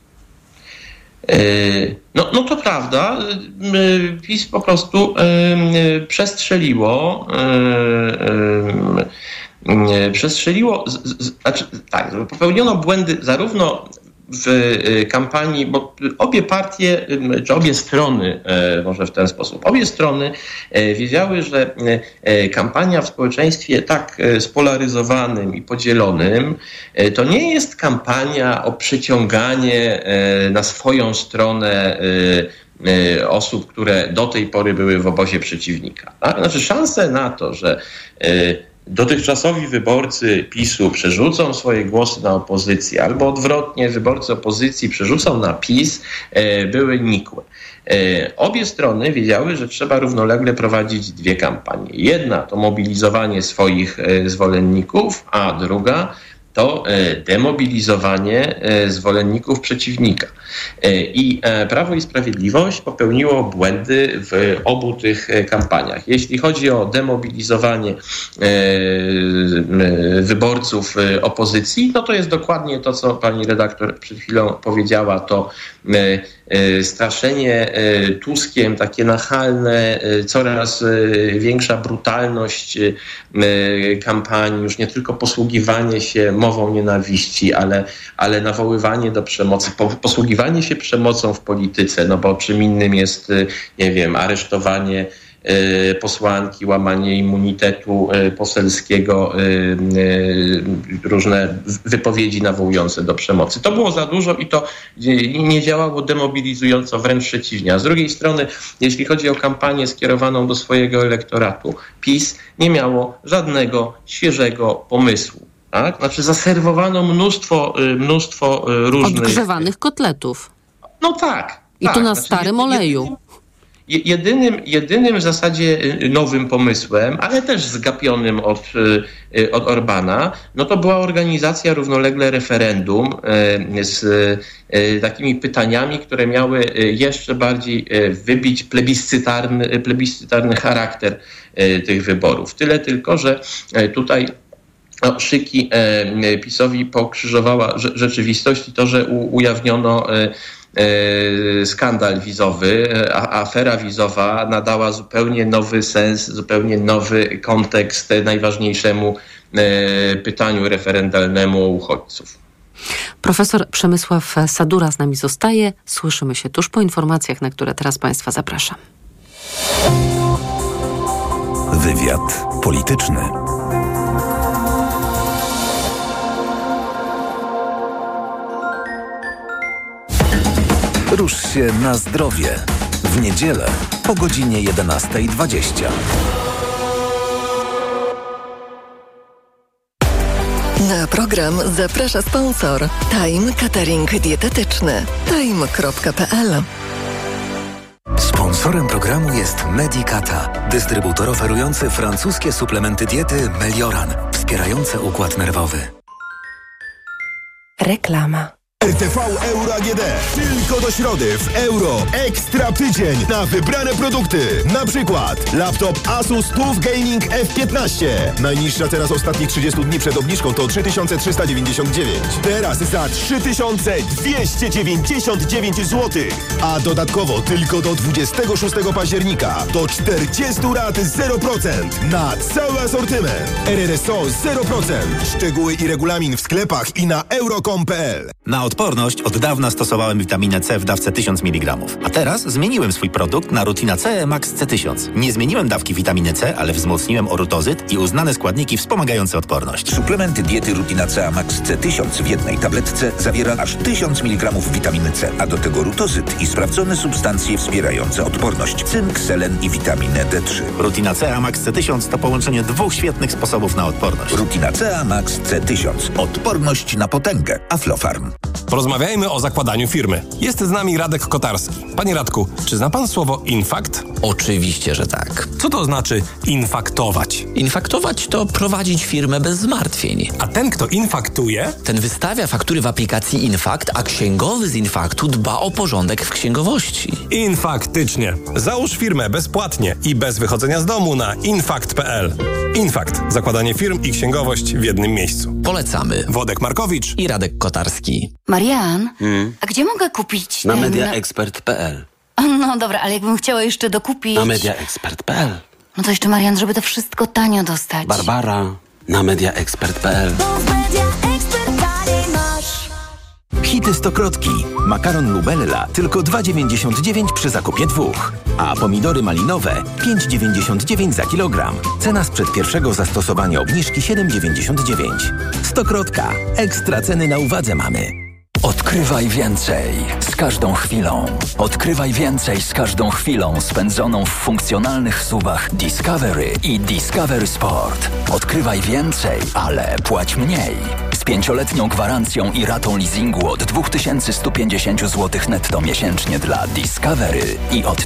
No to prawda. PiS po prostu przestrzeliło, popełniono błędy zarówno w kampanii, bo obie partie, czy obie strony, może w ten sposób, obie strony wiedziały, że kampania w społeczeństwie tak spolaryzowanym i podzielonym to nie jest kampania o przyciąganie na swoją stronę osób, które do tej pory były w obozie przeciwnika. Tak? Znaczy szanse na to, że dotychczasowi wyborcy PiS-u przerzucą swoje głosy na opozycję, albo odwrotnie, wyborcy opozycji przerzucą na PiS, były nikłe. Obie strony wiedziały, że trzeba równolegle prowadzić dwie kampanie. Jedna to mobilizowanie swoich zwolenników, a druga to demobilizowanie zwolenników przeciwnika. I Prawo i Sprawiedliwość popełniło błędy w obu tych kampaniach. Jeśli chodzi o demobilizowanie wyborców opozycji, no to jest dokładnie to, co pani redaktor przed chwilą powiedziała, to straszenie Tuskiem, takie nachalne, coraz większa brutalność kampanii, już nie tylko posługiwanie się mową nienawiści, ale nawoływanie do przemocy, posługiwanie się przemocą w polityce, no bo czym innym jest, nie wiem, aresztowanie posłanki, łamanie immunitetu poselskiego, różne wypowiedzi nawołujące do przemocy. To było za dużo i to nie działało demobilizująco, wręcz przeciwnie. A z drugiej strony, jeśli chodzi o kampanię skierowaną do swojego elektoratu, PiS nie miało żadnego świeżego pomysłu. Tak? Znaczy zaserwowano mnóstwo różnych... Odgrzewanych kotletów. No tak. I to na starym oleju. Jedynym w zasadzie nowym pomysłem, ale też zgapionym od Orbana, no to była organizacja równolegle referendum z takimi pytaniami, które miały jeszcze bardziej wybić plebiscytarny charakter tych wyborów. Tyle tylko, że tutaj szyki PiS-owi pokrzyżowała rzeczywistość i to, że ujawniono skandal wizowy, afera wizowa nadała zupełnie nowy sens, zupełnie nowy kontekst najważniejszemu pytaniu referendalnemu o uchodźców. Profesor Przemysław Sadura z nami zostaje. Słyszymy się tuż po informacjach, na które teraz Państwa zapraszam. Wywiad polityczny. Rusz się na zdrowie. W niedzielę po godzinie 11:20. Na program zaprasza sponsor Time Catering Dietetyczny. time.pl. Sponsorem programu jest Medicata, dystrybutor oferujący francuskie suplementy diety Melioran, wspierające układ nerwowy. Reklama. RTV Euro AGD. Tylko do środy w Euro Ekstra Tydzień na wybrane produkty. Na przykład laptop Asus TUF Gaming F15. Najniższa teraz ostatnich 30 dni przed obniżką to 3399. Teraz za 3299 zł. A dodatkowo tylko do 26 października do 40 rat 0% na cały asortyment. RRSO 0%. Szczegóły i regulamin w sklepach i na euro.com.pl. Na odporność od dawna stosowałem witaminę C w dawce 1000 mg. A teraz zmieniłem swój produkt na Rutina C Max C1000. Nie zmieniłem dawki witaminy C, ale wzmocniłem orutozyt i uznane składniki wspomagające odporność. Suplementy diety Rutina C Max C1000 w jednej tabletce zawiera aż 1000 mg witaminy C, a do tego rutozyt i sprawdzone substancje wspierające odporność. Cynk, selen i witaminę D3. Rutina C Max C1000 to połączenie dwóch świetnych sposobów na odporność. Rutina C Max C1000. Odporność na potęgę. Aflofarm. Porozmawiajmy o zakładaniu firmy. Jest z nami Radek Kotarski. Panie Radku, czy zna pan słowo infakt? Oczywiście, że tak. Co to znaczy infaktować? Infaktować to prowadzić firmę bez zmartwień. A ten, kto infaktuje? Ten wystawia faktury w aplikacji Infakt, a księgowy z Infaktu dba o porządek w księgowości. Infaktycznie. Załóż firmę bezpłatnie i bez wychodzenia z domu na infakt.pl. Infakt. Zakładanie firm i księgowość w jednym miejscu. Polecamy. Wodek Markowicz i Radek Kotarski. Marian, a gdzie mogę kupić Na mediaexpert.pl. No dobra, ale jakbym chciała jeszcze dokupić... Na mediaexpert.pl. No to jeszcze, Marian, żeby to wszystko tanio dostać. Barbara, na mediaexpert.pl. Hity stokrotki. Makaron Lubella tylko 2,99 przy zakupie 2. A pomidory malinowe 5,99 za kilogram. Cena sprzed pierwszego zastosowania obniżki 7,99. Stokrotka. Ekstra ceny na uwadze mamy. Odkrywaj więcej z każdą chwilą. Odkrywaj więcej z każdą chwilą spędzoną w funkcjonalnych SUV-ach Discovery i Discovery Sport. Odkrywaj więcej, ale płać mniej. Z 5-letnią gwarancją i ratą leasingu od 2150 zł netto miesięcznie dla Discovery i od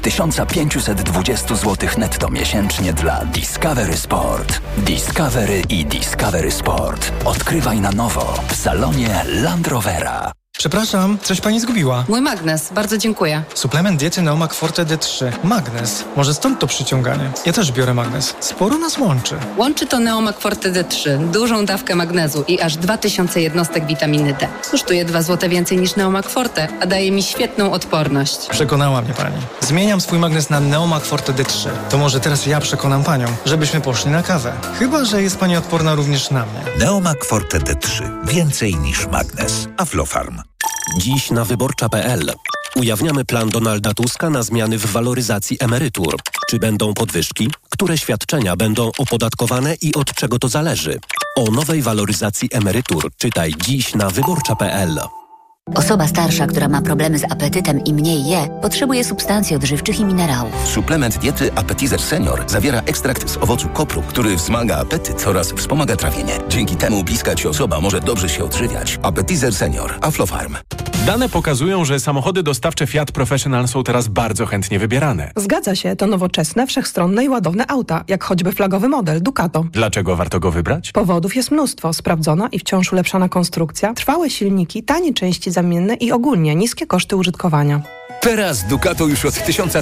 1520 zł netto miesięcznie dla Discovery Sport. Discovery i Discovery Sport. Odkrywaj na nowo w salonie Land Rovera. Przepraszam, coś pani zgubiła. Mój magnes, bardzo dziękuję. Suplement diety Neomak Forte D3. Magnes. Może stąd to przyciąganie. Ja też biorę magnes. Sporo nas łączy. Łączy to Neomak Forte D3, dużą dawkę magnezu i aż 2000 jednostek witaminy D. Kosztuje 2 zł więcej niż Neomak Forte, a daje mi świetną odporność. Przekonała mnie pani. Zmieniam swój magnes na Neomak Forte D3. To może teraz ja przekonam panią, żebyśmy poszli na kawę. Chyba że jest pani odporna również na mnie. Neomak Forte D3. Więcej niż magnes. Aflofarm. Dziś na wyborcza.pl ujawniamy plan Donalda Tuska na zmiany w waloryzacji emerytur. Czy będą podwyżki? Które świadczenia będą opodatkowane i od czego to zależy? O nowej waloryzacji emerytur czytaj dziś na wyborcza.pl. Osoba starsza, która ma problemy z apetytem i mniej je, potrzebuje substancji odżywczych i minerałów. Suplement diety Appetizer Senior zawiera ekstrakt z owocu kopru, który wzmaga apetyt oraz wspomaga trawienie. Dzięki temu bliska ci osoba może dobrze się odżywiać. Appetizer Senior. Aflofarm. Dane pokazują, że samochody dostawcze Fiat Professional są teraz bardzo chętnie wybierane. Zgadza się, to nowoczesne, wszechstronne i ładowne auta, jak choćby flagowy model Ducato. Dlaczego warto go wybrać? Powodów jest mnóstwo. Sprawdzona i wciąż ulepszana konstrukcja, trwałe silniki, tanie części zamienne i ogólnie niskie koszty użytkowania. Teraz Ducato już od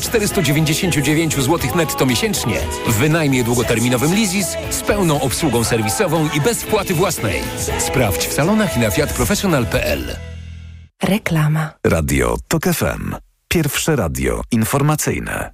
1499 zł netto miesięcznie w wynajmie długoterminowym Leasys z pełną obsługą serwisową i bez wpłaty własnej. Sprawdź w salonach i na fiatprofessional.pl. Reklama. Radio TOK FM. Pierwsze radio informacyjne.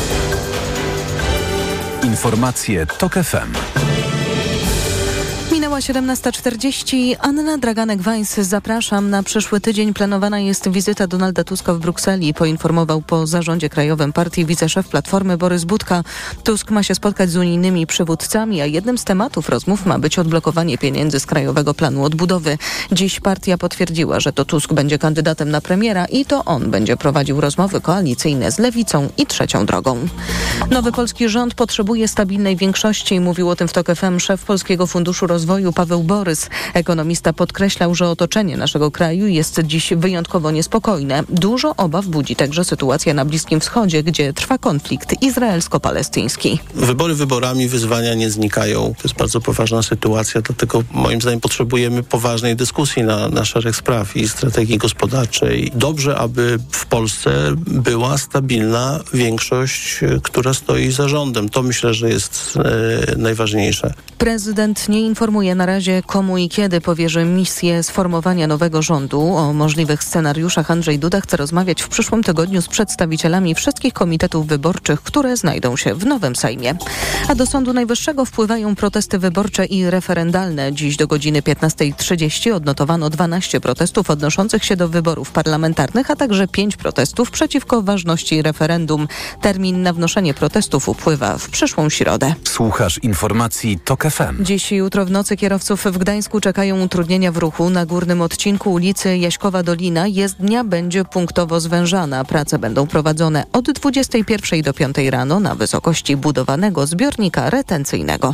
Informacje TOK FM. Minęła Minęła 17:40. Anna Draganek-Weiss, zapraszam. Na przyszły tydzień planowana jest wizyta Donalda Tuska w Brukseli. Poinformował po zarządzie krajowym partii wiceszef Platformy Borys Budka. Tusk ma się spotkać z unijnymi przywódcami, a jednym z tematów rozmów ma być odblokowanie pieniędzy z Krajowego Planu Odbudowy. Dziś partia potwierdziła, że to Tusk będzie kandydatem na premiera i to on będzie prowadził rozmowy koalicyjne z Lewicą i Trzecią Drogą. Nowy polski rząd potrzebuje stabilnej większości. Mówił o tym w TOK FM szef Polskiego Funduszu Rozwoju Paweł Borys. Ekonomista podkreślał, że otoczenie naszego kraju jest dziś wyjątkowo niespokojne. Dużo obaw budzi także sytuacja na Bliskim Wschodzie, gdzie trwa konflikt izraelsko-palestyński. Wybory wyborami, wyzwania nie znikają. To jest bardzo poważna sytuacja, dlatego moim zdaniem potrzebujemy poważnej dyskusji na szereg spraw i strategii gospodarczej. Dobrze, aby w Polsce była stabilna większość, która stoi za rządem. To myślę, że jest najważniejsze. Prezydent nie informuje na razie, komu i kiedy powierzy misję sformowania nowego rządu. O możliwych scenariuszach Andrzej Duda chce rozmawiać w przyszłym tygodniu z przedstawicielami wszystkich komitetów wyborczych, które znajdą się w nowym Sejmie. A do Sądu Najwyższego wpływają protesty wyborcze i referendalne. Dziś do godziny 15:30 odnotowano 12 protestów odnoszących się do wyborów parlamentarnych, a także 5 protestów przeciwko ważności referendum. Termin na wnoszenie protestów upływa w przyszłą środę. Słuchasz informacji TOK FM. Dziś i jutro w nocy kierowców w Gdańsku czekają utrudnienia w ruchu. Na górnym odcinku ulicy Jaśkowa Dolina jezdnia będzie punktowo zwężana. Prace będą prowadzone od 21 do 5 rano na wysokości budowanego zbiornika retencyjnego.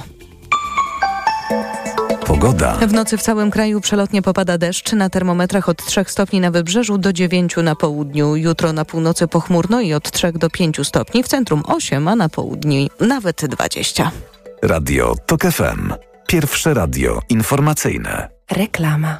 Pogoda. W nocy w całym kraju przelotnie popada deszcz. Na termometrach od 3 stopni na wybrzeżu do 9 na południu. Jutro na północy pochmurno i od 3 do 5 stopni. W centrum 8, a na południu nawet 20. Radio TOK FM. Pierwsze radio informacyjne. Reklama.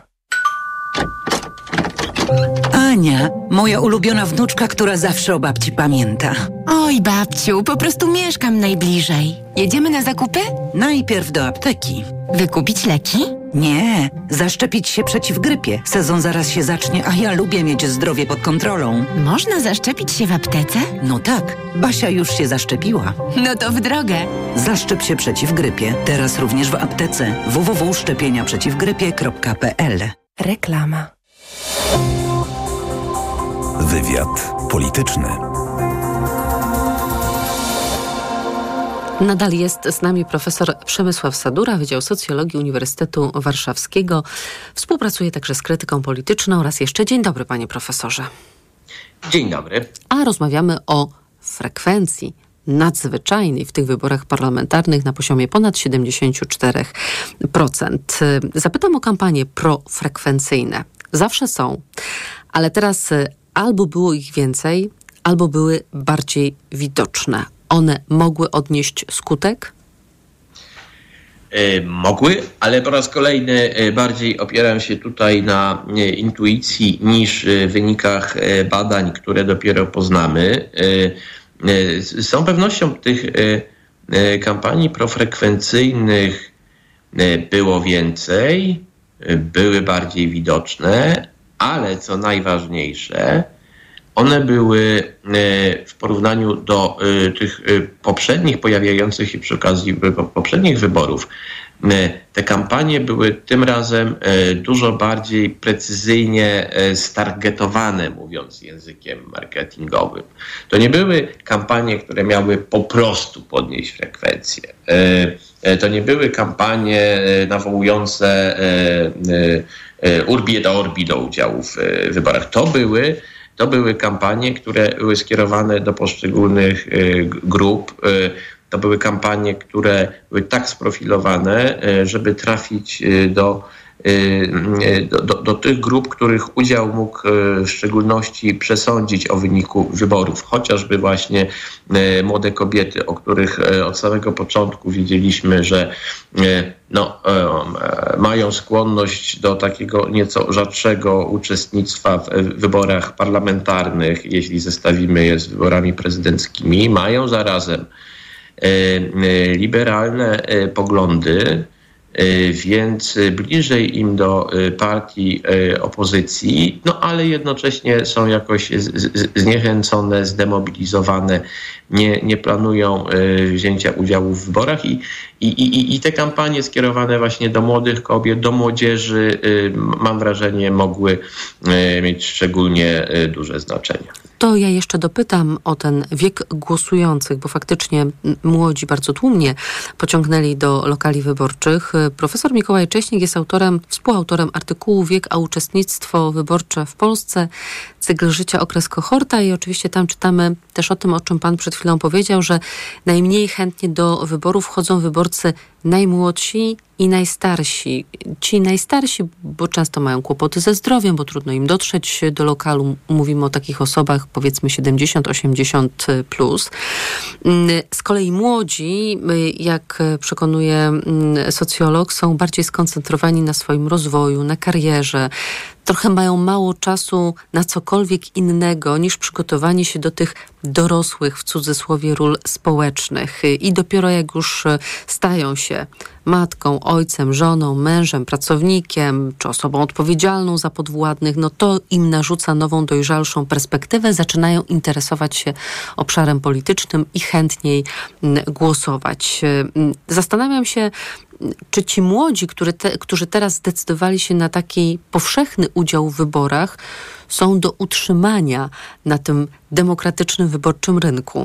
Ania, moja ulubiona wnuczka, która zawsze o babci pamięta. Oj, babciu, po prostu mieszkam najbliżej. Jedziemy na zakupy? Najpierw do apteki. Wykupić leki? Nie, zaszczepić się przeciw grypie. Sezon zaraz się zacznie, a ja lubię mieć zdrowie pod kontrolą. Można zaszczepić się w aptece? No tak, Basia już się zaszczepiła. No to w drogę. Zaszczep się przeciw grypie. Teraz również w aptece. www.szczepieniaprzeciwgrypie.pl. Reklama. Wywiad polityczny. Nadal jest z nami profesor Przemysław Sadura, Wydział Socjologii Uniwersytetu Warszawskiego. Współpracuje także z krytyką polityczną. Raz jeszcze dzień dobry, panie profesorze. Dzień dobry. A rozmawiamy o frekwencji nadzwyczajnej w tych wyborach parlamentarnych na poziomie ponad 74%. Zapytam o kampanie profrekwencyjne. Zawsze są, ale teraz albo było ich więcej, albo były bardziej widoczne. One mogły odnieść skutek? Mogły, ale po raz kolejny bardziej opieram się tutaj na intuicji niż wynikach badań, które dopiero poznamy. Z całą pewnością tych kampanii profrekwencyjnych było więcej, były bardziej widoczne, ale co najważniejsze, one były w porównaniu do tych poprzednich, pojawiających się przy okazji poprzednich wyborów, te kampanie były tym razem dużo bardziej precyzyjnie stargetowane, mówiąc językiem marketingowym. To nie były kampanie, które miały po prostu podnieść frekwencję. To nie były kampanie nawołujące urbi et orbi do udziału w wyborach. To były kampanie, które były skierowane do poszczególnych grup. To były kampanie, które były tak sprofilowane, żeby trafić do tych grup, których udział mógł w szczególności przesądzić o wyniku wyborów. Chociażby właśnie młode kobiety, o których od samego początku wiedzieliśmy, że mają skłonność do takiego nieco rzadszego uczestnictwa w wyborach parlamentarnych, jeśli zestawimy je z wyborami prezydenckimi. Mają zarazem liberalne poglądy, więc bliżej im do partii opozycji, no ale jednocześnie są jakoś zniechęcone, zdemobilizowane, nie planują wzięcia udziału w wyborach i te kampanie skierowane właśnie do młodych kobiet, do młodzieży, mam wrażenie, mogły mieć szczególnie duże znaczenie. To ja jeszcze dopytam o ten wiek głosujących, bo faktycznie młodzi bardzo tłumnie pociągnęli do lokali wyborczych. Profesor Mikołaj Cześnik jest współautorem artykułu Wiek a uczestnictwo wyborcze w Polsce, cykl życia, okres kohorta i oczywiście tam czytamy też o tym, o czym pan przed chwilą powiedział, że najmniej chętnie do wyborów wchodzą wyborcy najmłodsi i najstarsi. Ci najstarsi, bo często mają kłopoty ze zdrowiem, bo trudno im dotrzeć do lokalu. Mówimy o takich osobach powiedzmy 70-80 plus. Z kolei młodzi, jak przekonuje socjolog, są bardziej skoncentrowani na swoim rozwoju, na karierze. Trochę mają mało czasu na cokolwiek innego niż przygotowanie się do tych dorosłych, w cudzysłowie, ról społecznych. I dopiero jak już stają się matką, ojcem, żoną, mężem, pracownikiem, czy osobą odpowiedzialną za podwładnych, no to im narzuca nową, dojrzalszą perspektywę, zaczynają interesować się obszarem politycznym i chętniej głosować. Zastanawiam się, czy ci młodzi, którzy teraz zdecydowali się na taki powszechny udział w wyborach, są do utrzymania na tym demokratycznym, wyborczym rynku?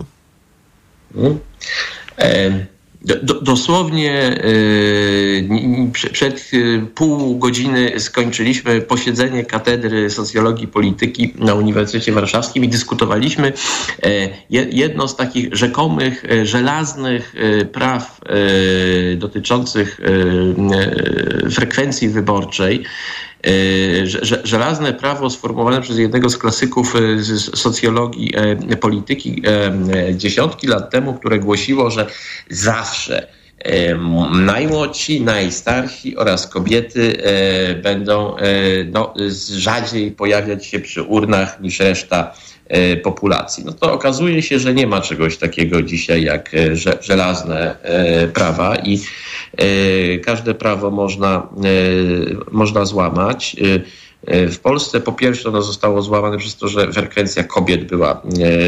Dosłownie przed pół godziny skończyliśmy posiedzenie Katedry Socjologii Polityki na Uniwersytecie Warszawskim i dyskutowaliśmy jedno z takich rzekomych, żelaznych praw dotyczących frekwencji wyborczej. Żelazne prawo sformułowane przez jednego z klasyków socjologii polityki dziesiątki lat temu, które głosiło, że zawsze najmłodsi, najstarsi oraz kobiety będą rzadziej pojawiać się przy urnach niż reszta populacji. No to okazuje się, że nie ma czegoś takiego dzisiaj jak żelazne prawa i każde prawo można złamać. W Polsce po pierwsze ono zostało złamane przez to, że frekwencja kobiet była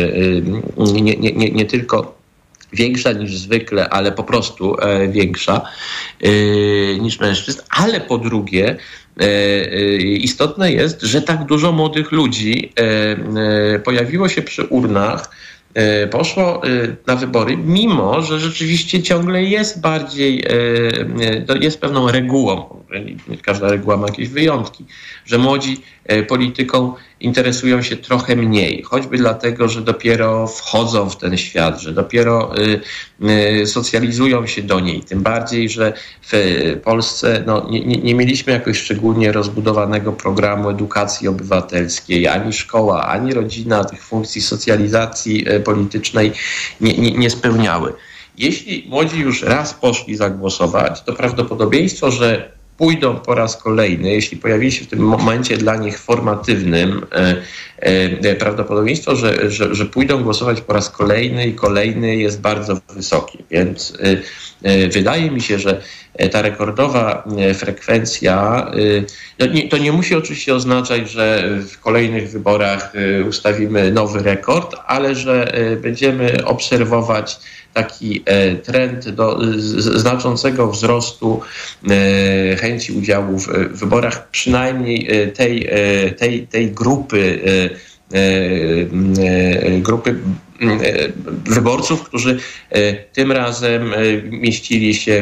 nie tylko większa niż zwykle, ale po prostu większa niż mężczyzn, ale po drugie istotne jest, że tak dużo młodych ludzi pojawiło się przy urnach, poszło na wybory, mimo że rzeczywiście ciągle jest jest pewną regułą, każda reguła ma jakieś wyjątki, że młodzi polityką interesują się trochę mniej, choćby dlatego, że dopiero wchodzą w ten świat, że dopiero socjalizują się do niej. Tym bardziej, że w Polsce nie mieliśmy jakoś szczególnie rozbudowanego programu edukacji obywatelskiej, ani szkoła, ani rodzina tych funkcji socjalizacji politycznej nie spełniały. Jeśli młodzi już raz poszli zagłosować, to prawdopodobieństwo, że pójdą po raz kolejny, jeśli pojawi się w tym momencie dla nich formatywnym, prawdopodobieństwo, że pójdą głosować po raz kolejny i kolejny jest bardzo wysokie. Więc wydaje mi się, że ta rekordowa frekwencja, to nie musi oczywiście oznaczać, że w kolejnych wyborach ustawimy nowy rekord, ale że będziemy obserwować taki trend do znaczącego wzrostu chęci udziału w wyborach, przynajmniej tej grupy wyborców, którzy tym razem mieścili się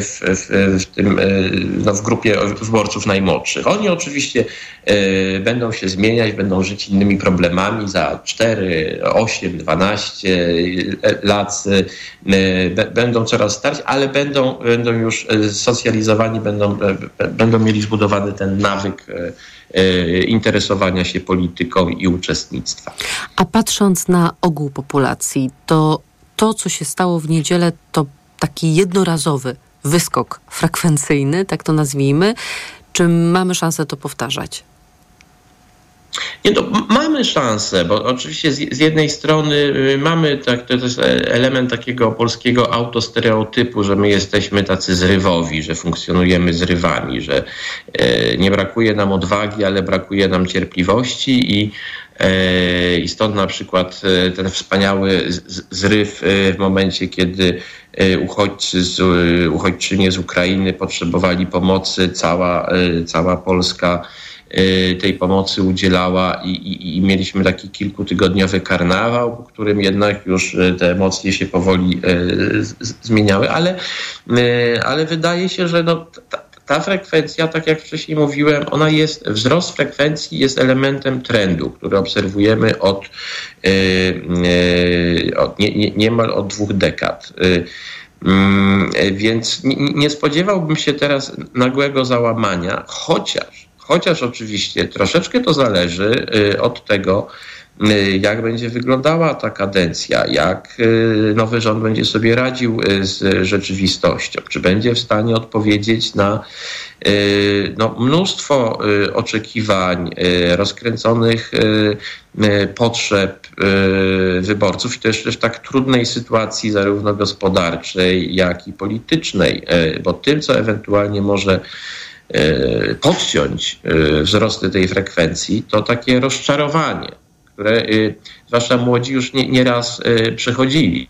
w grupie wyborców najmłodszych. Oni oczywiście będą się zmieniać, będą żyć innymi problemami. Za 4, 8, 12 lat będą coraz starsi, ale będą już socjalizowani, będą mieli zbudowany ten nawyk interesowania się polityką i uczestnictwa. A patrząc na ogół populacji, to co się stało w niedzielę, to taki jednorazowy wyskok frekwencyjny, tak to nazwijmy. Czy mamy szansę to powtarzać? Nie, to mamy szansę, bo oczywiście z jednej strony mamy, to jest element takiego polskiego autostereotypu, że my jesteśmy tacy zrywowi, że funkcjonujemy zrywami, że nie brakuje nam odwagi, ale brakuje nam cierpliwości i stąd na przykład ten wspaniały zryw w momencie, kiedy uchodźczynie z Ukrainy potrzebowali pomocy, cała Polska tej pomocy udzielała i mieliśmy taki kilkutygodniowy karnawał, po którym jednak już te emocje się powoli zmieniały, ale wydaje się, że ta frekwencja, tak jak wcześniej mówiłem, wzrost frekwencji jest elementem trendu, który obserwujemy od niemal od 2 dekad. Więc nie spodziewałbym się teraz nagłego załamania, chociaż oczywiście troszeczkę to zależy od tego, jak będzie wyglądała ta kadencja, jak nowy rząd będzie sobie radził z rzeczywistością, czy będzie w stanie odpowiedzieć na mnóstwo oczekiwań, rozkręconych potrzeb wyborców i to jeszcze w tak trudnej sytuacji zarówno gospodarczej, jak i politycznej, bo tym, co ewentualnie może podciąć wzrosty tej frekwencji, to takie rozczarowanie, które zwłaszcza młodzi już nieraz przechodzili.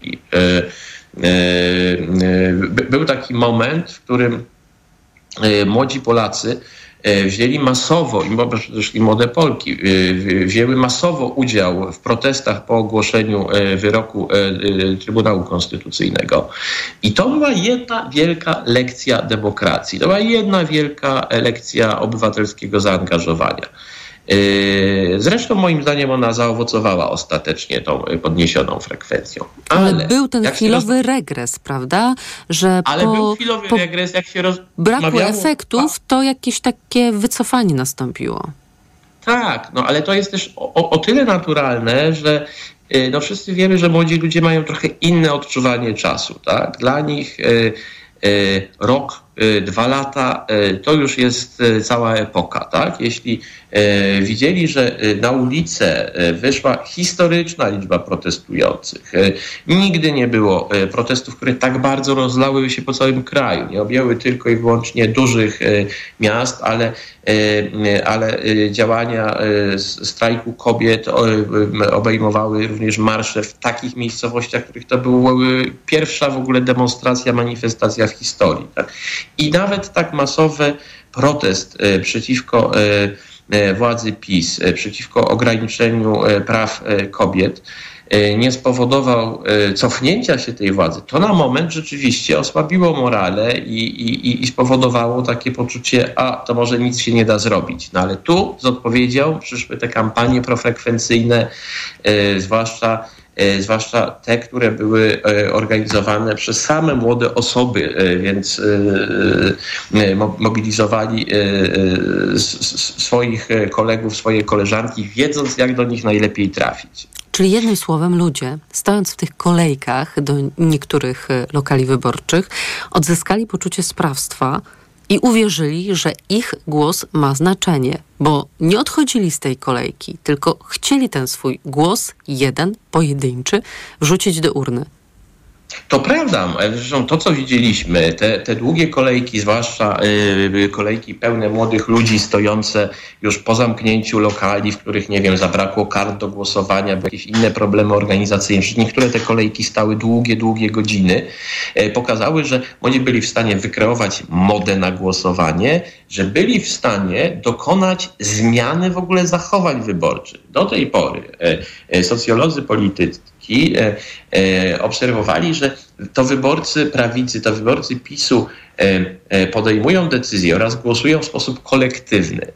Był taki moment, w którym młodzi Polacy wzięli masowo, i młode Polki, wzięły masowo udział w protestach po ogłoszeniu wyroku Trybunału Konstytucyjnego. I to była jedna wielka lekcja demokracji. To była jedna wielka lekcja obywatelskiego zaangażowania. Zresztą moim zdaniem ona zaowocowała ostatecznie tą podniesioną frekwencją. Ale był ten chwilowy regres, prawda? Był chwilowy regres, jak się braku efektów, to jakieś takie wycofanie nastąpiło. Tak, ale to jest też o tyle naturalne, że wszyscy wiemy, że młodzi ludzie mają trochę inne odczuwanie czasu. Tak? Dla nich rok, 2 lata to już jest cała epoka. Tak? Jeśli widzieli, że na ulicę wyszła historyczna liczba protestujących, nigdy nie było protestów, które tak bardzo rozlały się po całym kraju. Nie objęły tylko i wyłącznie dużych miast, ale działania strajku kobiet obejmowały również marsze w takich miejscowościach, w których to była pierwsza w ogóle demonstracja, manifestacja w historii. Tak? I nawet tak masowy protest przeciwko władzy PiS, przeciwko ograniczeniu praw kobiet nie spowodował cofnięcia się tej władzy, to na moment rzeczywiście osłabiło morale i spowodowało takie poczucie, to może nic się nie da zrobić. Ale tu z odpowiedzią przyszły te kampanie profrekwencyjne, zwłaszcza te, które były organizowane przez same młode osoby, więc mobilizowali swoich kolegów, swoje koleżanki, wiedząc, jak do nich najlepiej trafić. Czyli jednym słowem ludzie, stojąc w tych kolejkach do niektórych lokali wyborczych, odzyskali poczucie sprawstwa i uwierzyli, że ich głos ma znaczenie, bo nie odchodzili z tej kolejki, tylko chcieli ten swój głos, jeden, pojedynczy, wrzucić do urny. To prawda. Zresztą to, co widzieliśmy, te długie kolejki, zwłaszcza kolejki pełne młodych ludzi stojące już po zamknięciu lokali, w których, zabrakło kart do głosowania, były jakieś inne problemy organizacyjne. Niektóre te kolejki stały długie godziny. Pokazały, że młodzi byli w stanie wykreować modę na głosowanie, że byli w stanie dokonać zmiany w ogóle zachowań wyborczych. Do tej pory socjolodzy politycy obserwowali, że to wyborcy prawicy, to wyborcy PiS-u podejmują decyzje oraz głosują w sposób kolektywny.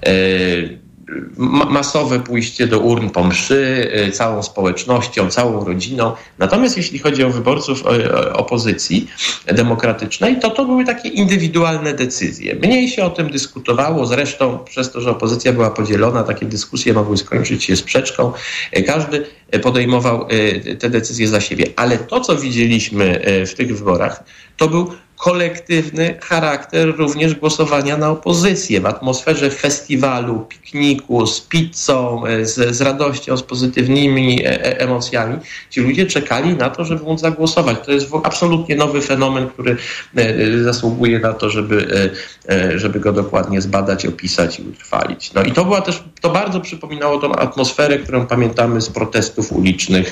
Masowe pójście do urn po mszy, całą społecznością, całą rodziną. Natomiast jeśli chodzi o wyborców opozycji demokratycznej, to były takie indywidualne decyzje. Mniej się o tym dyskutowało, zresztą przez to, że opozycja była podzielona, takie dyskusje mogły skończyć się sprzeczką. Każdy podejmował te decyzje za siebie. Ale to, co widzieliśmy w tych wyborach, to był kolektywny charakter również głosowania na opozycję. W atmosferze festiwalu, pikniku, z pizzą, z radością, z pozytywnymi emocjami. Ci ludzie czekali na to, żeby móc zagłosować. To jest absolutnie nowy fenomen, który zasługuje na to, żeby go dokładnie zbadać, opisać i utrwalić. No i to była też, to bardzo przypominało tą atmosferę, którą pamiętamy z protestów ulicznych,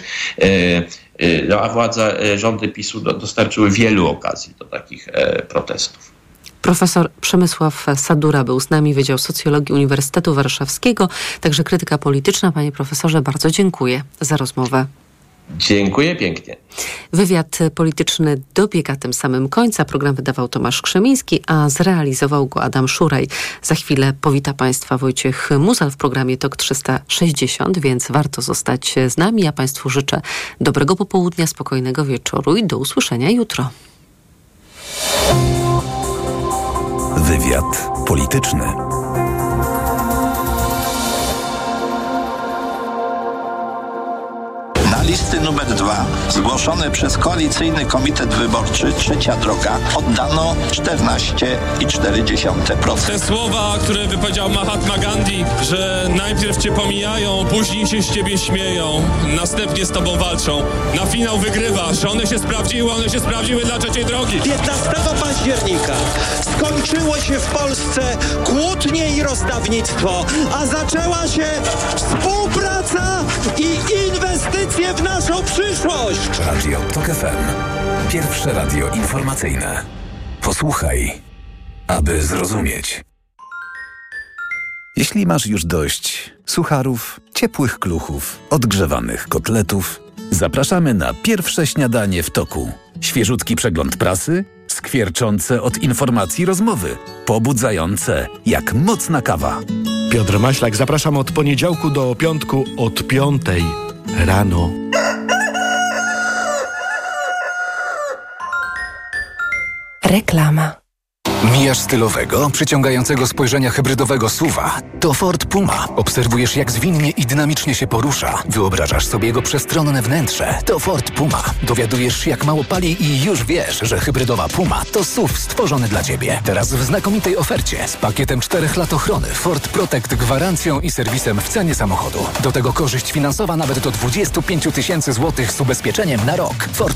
a rządy PiS-u dostarczyły wielu okazji do takich protestów. Profesor Przemysław Sadura był z nami, Wydział Socjologii Uniwersytetu Warszawskiego, także krytyka polityczna. Panie profesorze, bardzo dziękuję za rozmowę. Dziękuję pięknie. Wywiad polityczny dobiega tym samym końca. Program wydawał Tomasz Krzemiński, a zrealizował go Adam Szuraj. Za chwilę powita Państwa Wojciech Muzal w programie TOK 360, więc warto zostać z nami. Ja Państwu życzę dobrego popołudnia, spokojnego wieczoru i do usłyszenia jutro. Wywiad polityczny. Listy numer 2, zgłoszone przez Koalicyjny Komitet Wyborczy Trzecia Droga, oddano 14,4%. Te słowa, które wypowiedział Mahatma Gandhi, że najpierw cię pomijają, później się z ciebie śmieją, następnie z tobą walczą. Na finał wygrywasz. One się sprawdziły dla Trzeciej Drogi. 15 października skończyło się w Polsce kłótnie i rozdawnictwo, a zaczęła się współpraca i inwestycje w naszą przyszłość. Radio TOK FM. Pierwsze radio informacyjne. Posłuchaj, aby zrozumieć. Jeśli masz już dość sucharów, ciepłych kluchów, odgrzewanych kotletów, zapraszamy na pierwsze śniadanie w toku. Świeżutki przegląd prasy, skwierczące od informacji rozmowy, pobudzające jak mocna kawa. Piotr Maślak, zapraszam od poniedziałku do piątku od 5 rano. Reklama. Mijasz stylowego, przyciągającego spojrzenia hybrydowego SUV-a. To Ford Puma. Obserwujesz, jak zwinnie i dynamicznie się porusza. Wyobrażasz sobie jego przestronne wnętrze. To Ford Puma. Dowiadujesz się, jak mało pali i już wiesz, że hybrydowa Puma to SUV stworzony dla Ciebie. Teraz w znakomitej ofercie z pakietem 4 lat ochrony, Ford Protect, gwarancją i serwisem w cenie samochodu. Do tego korzyść finansowa nawet do 25 000 złotych z ubezpieczeniem na rok. Ford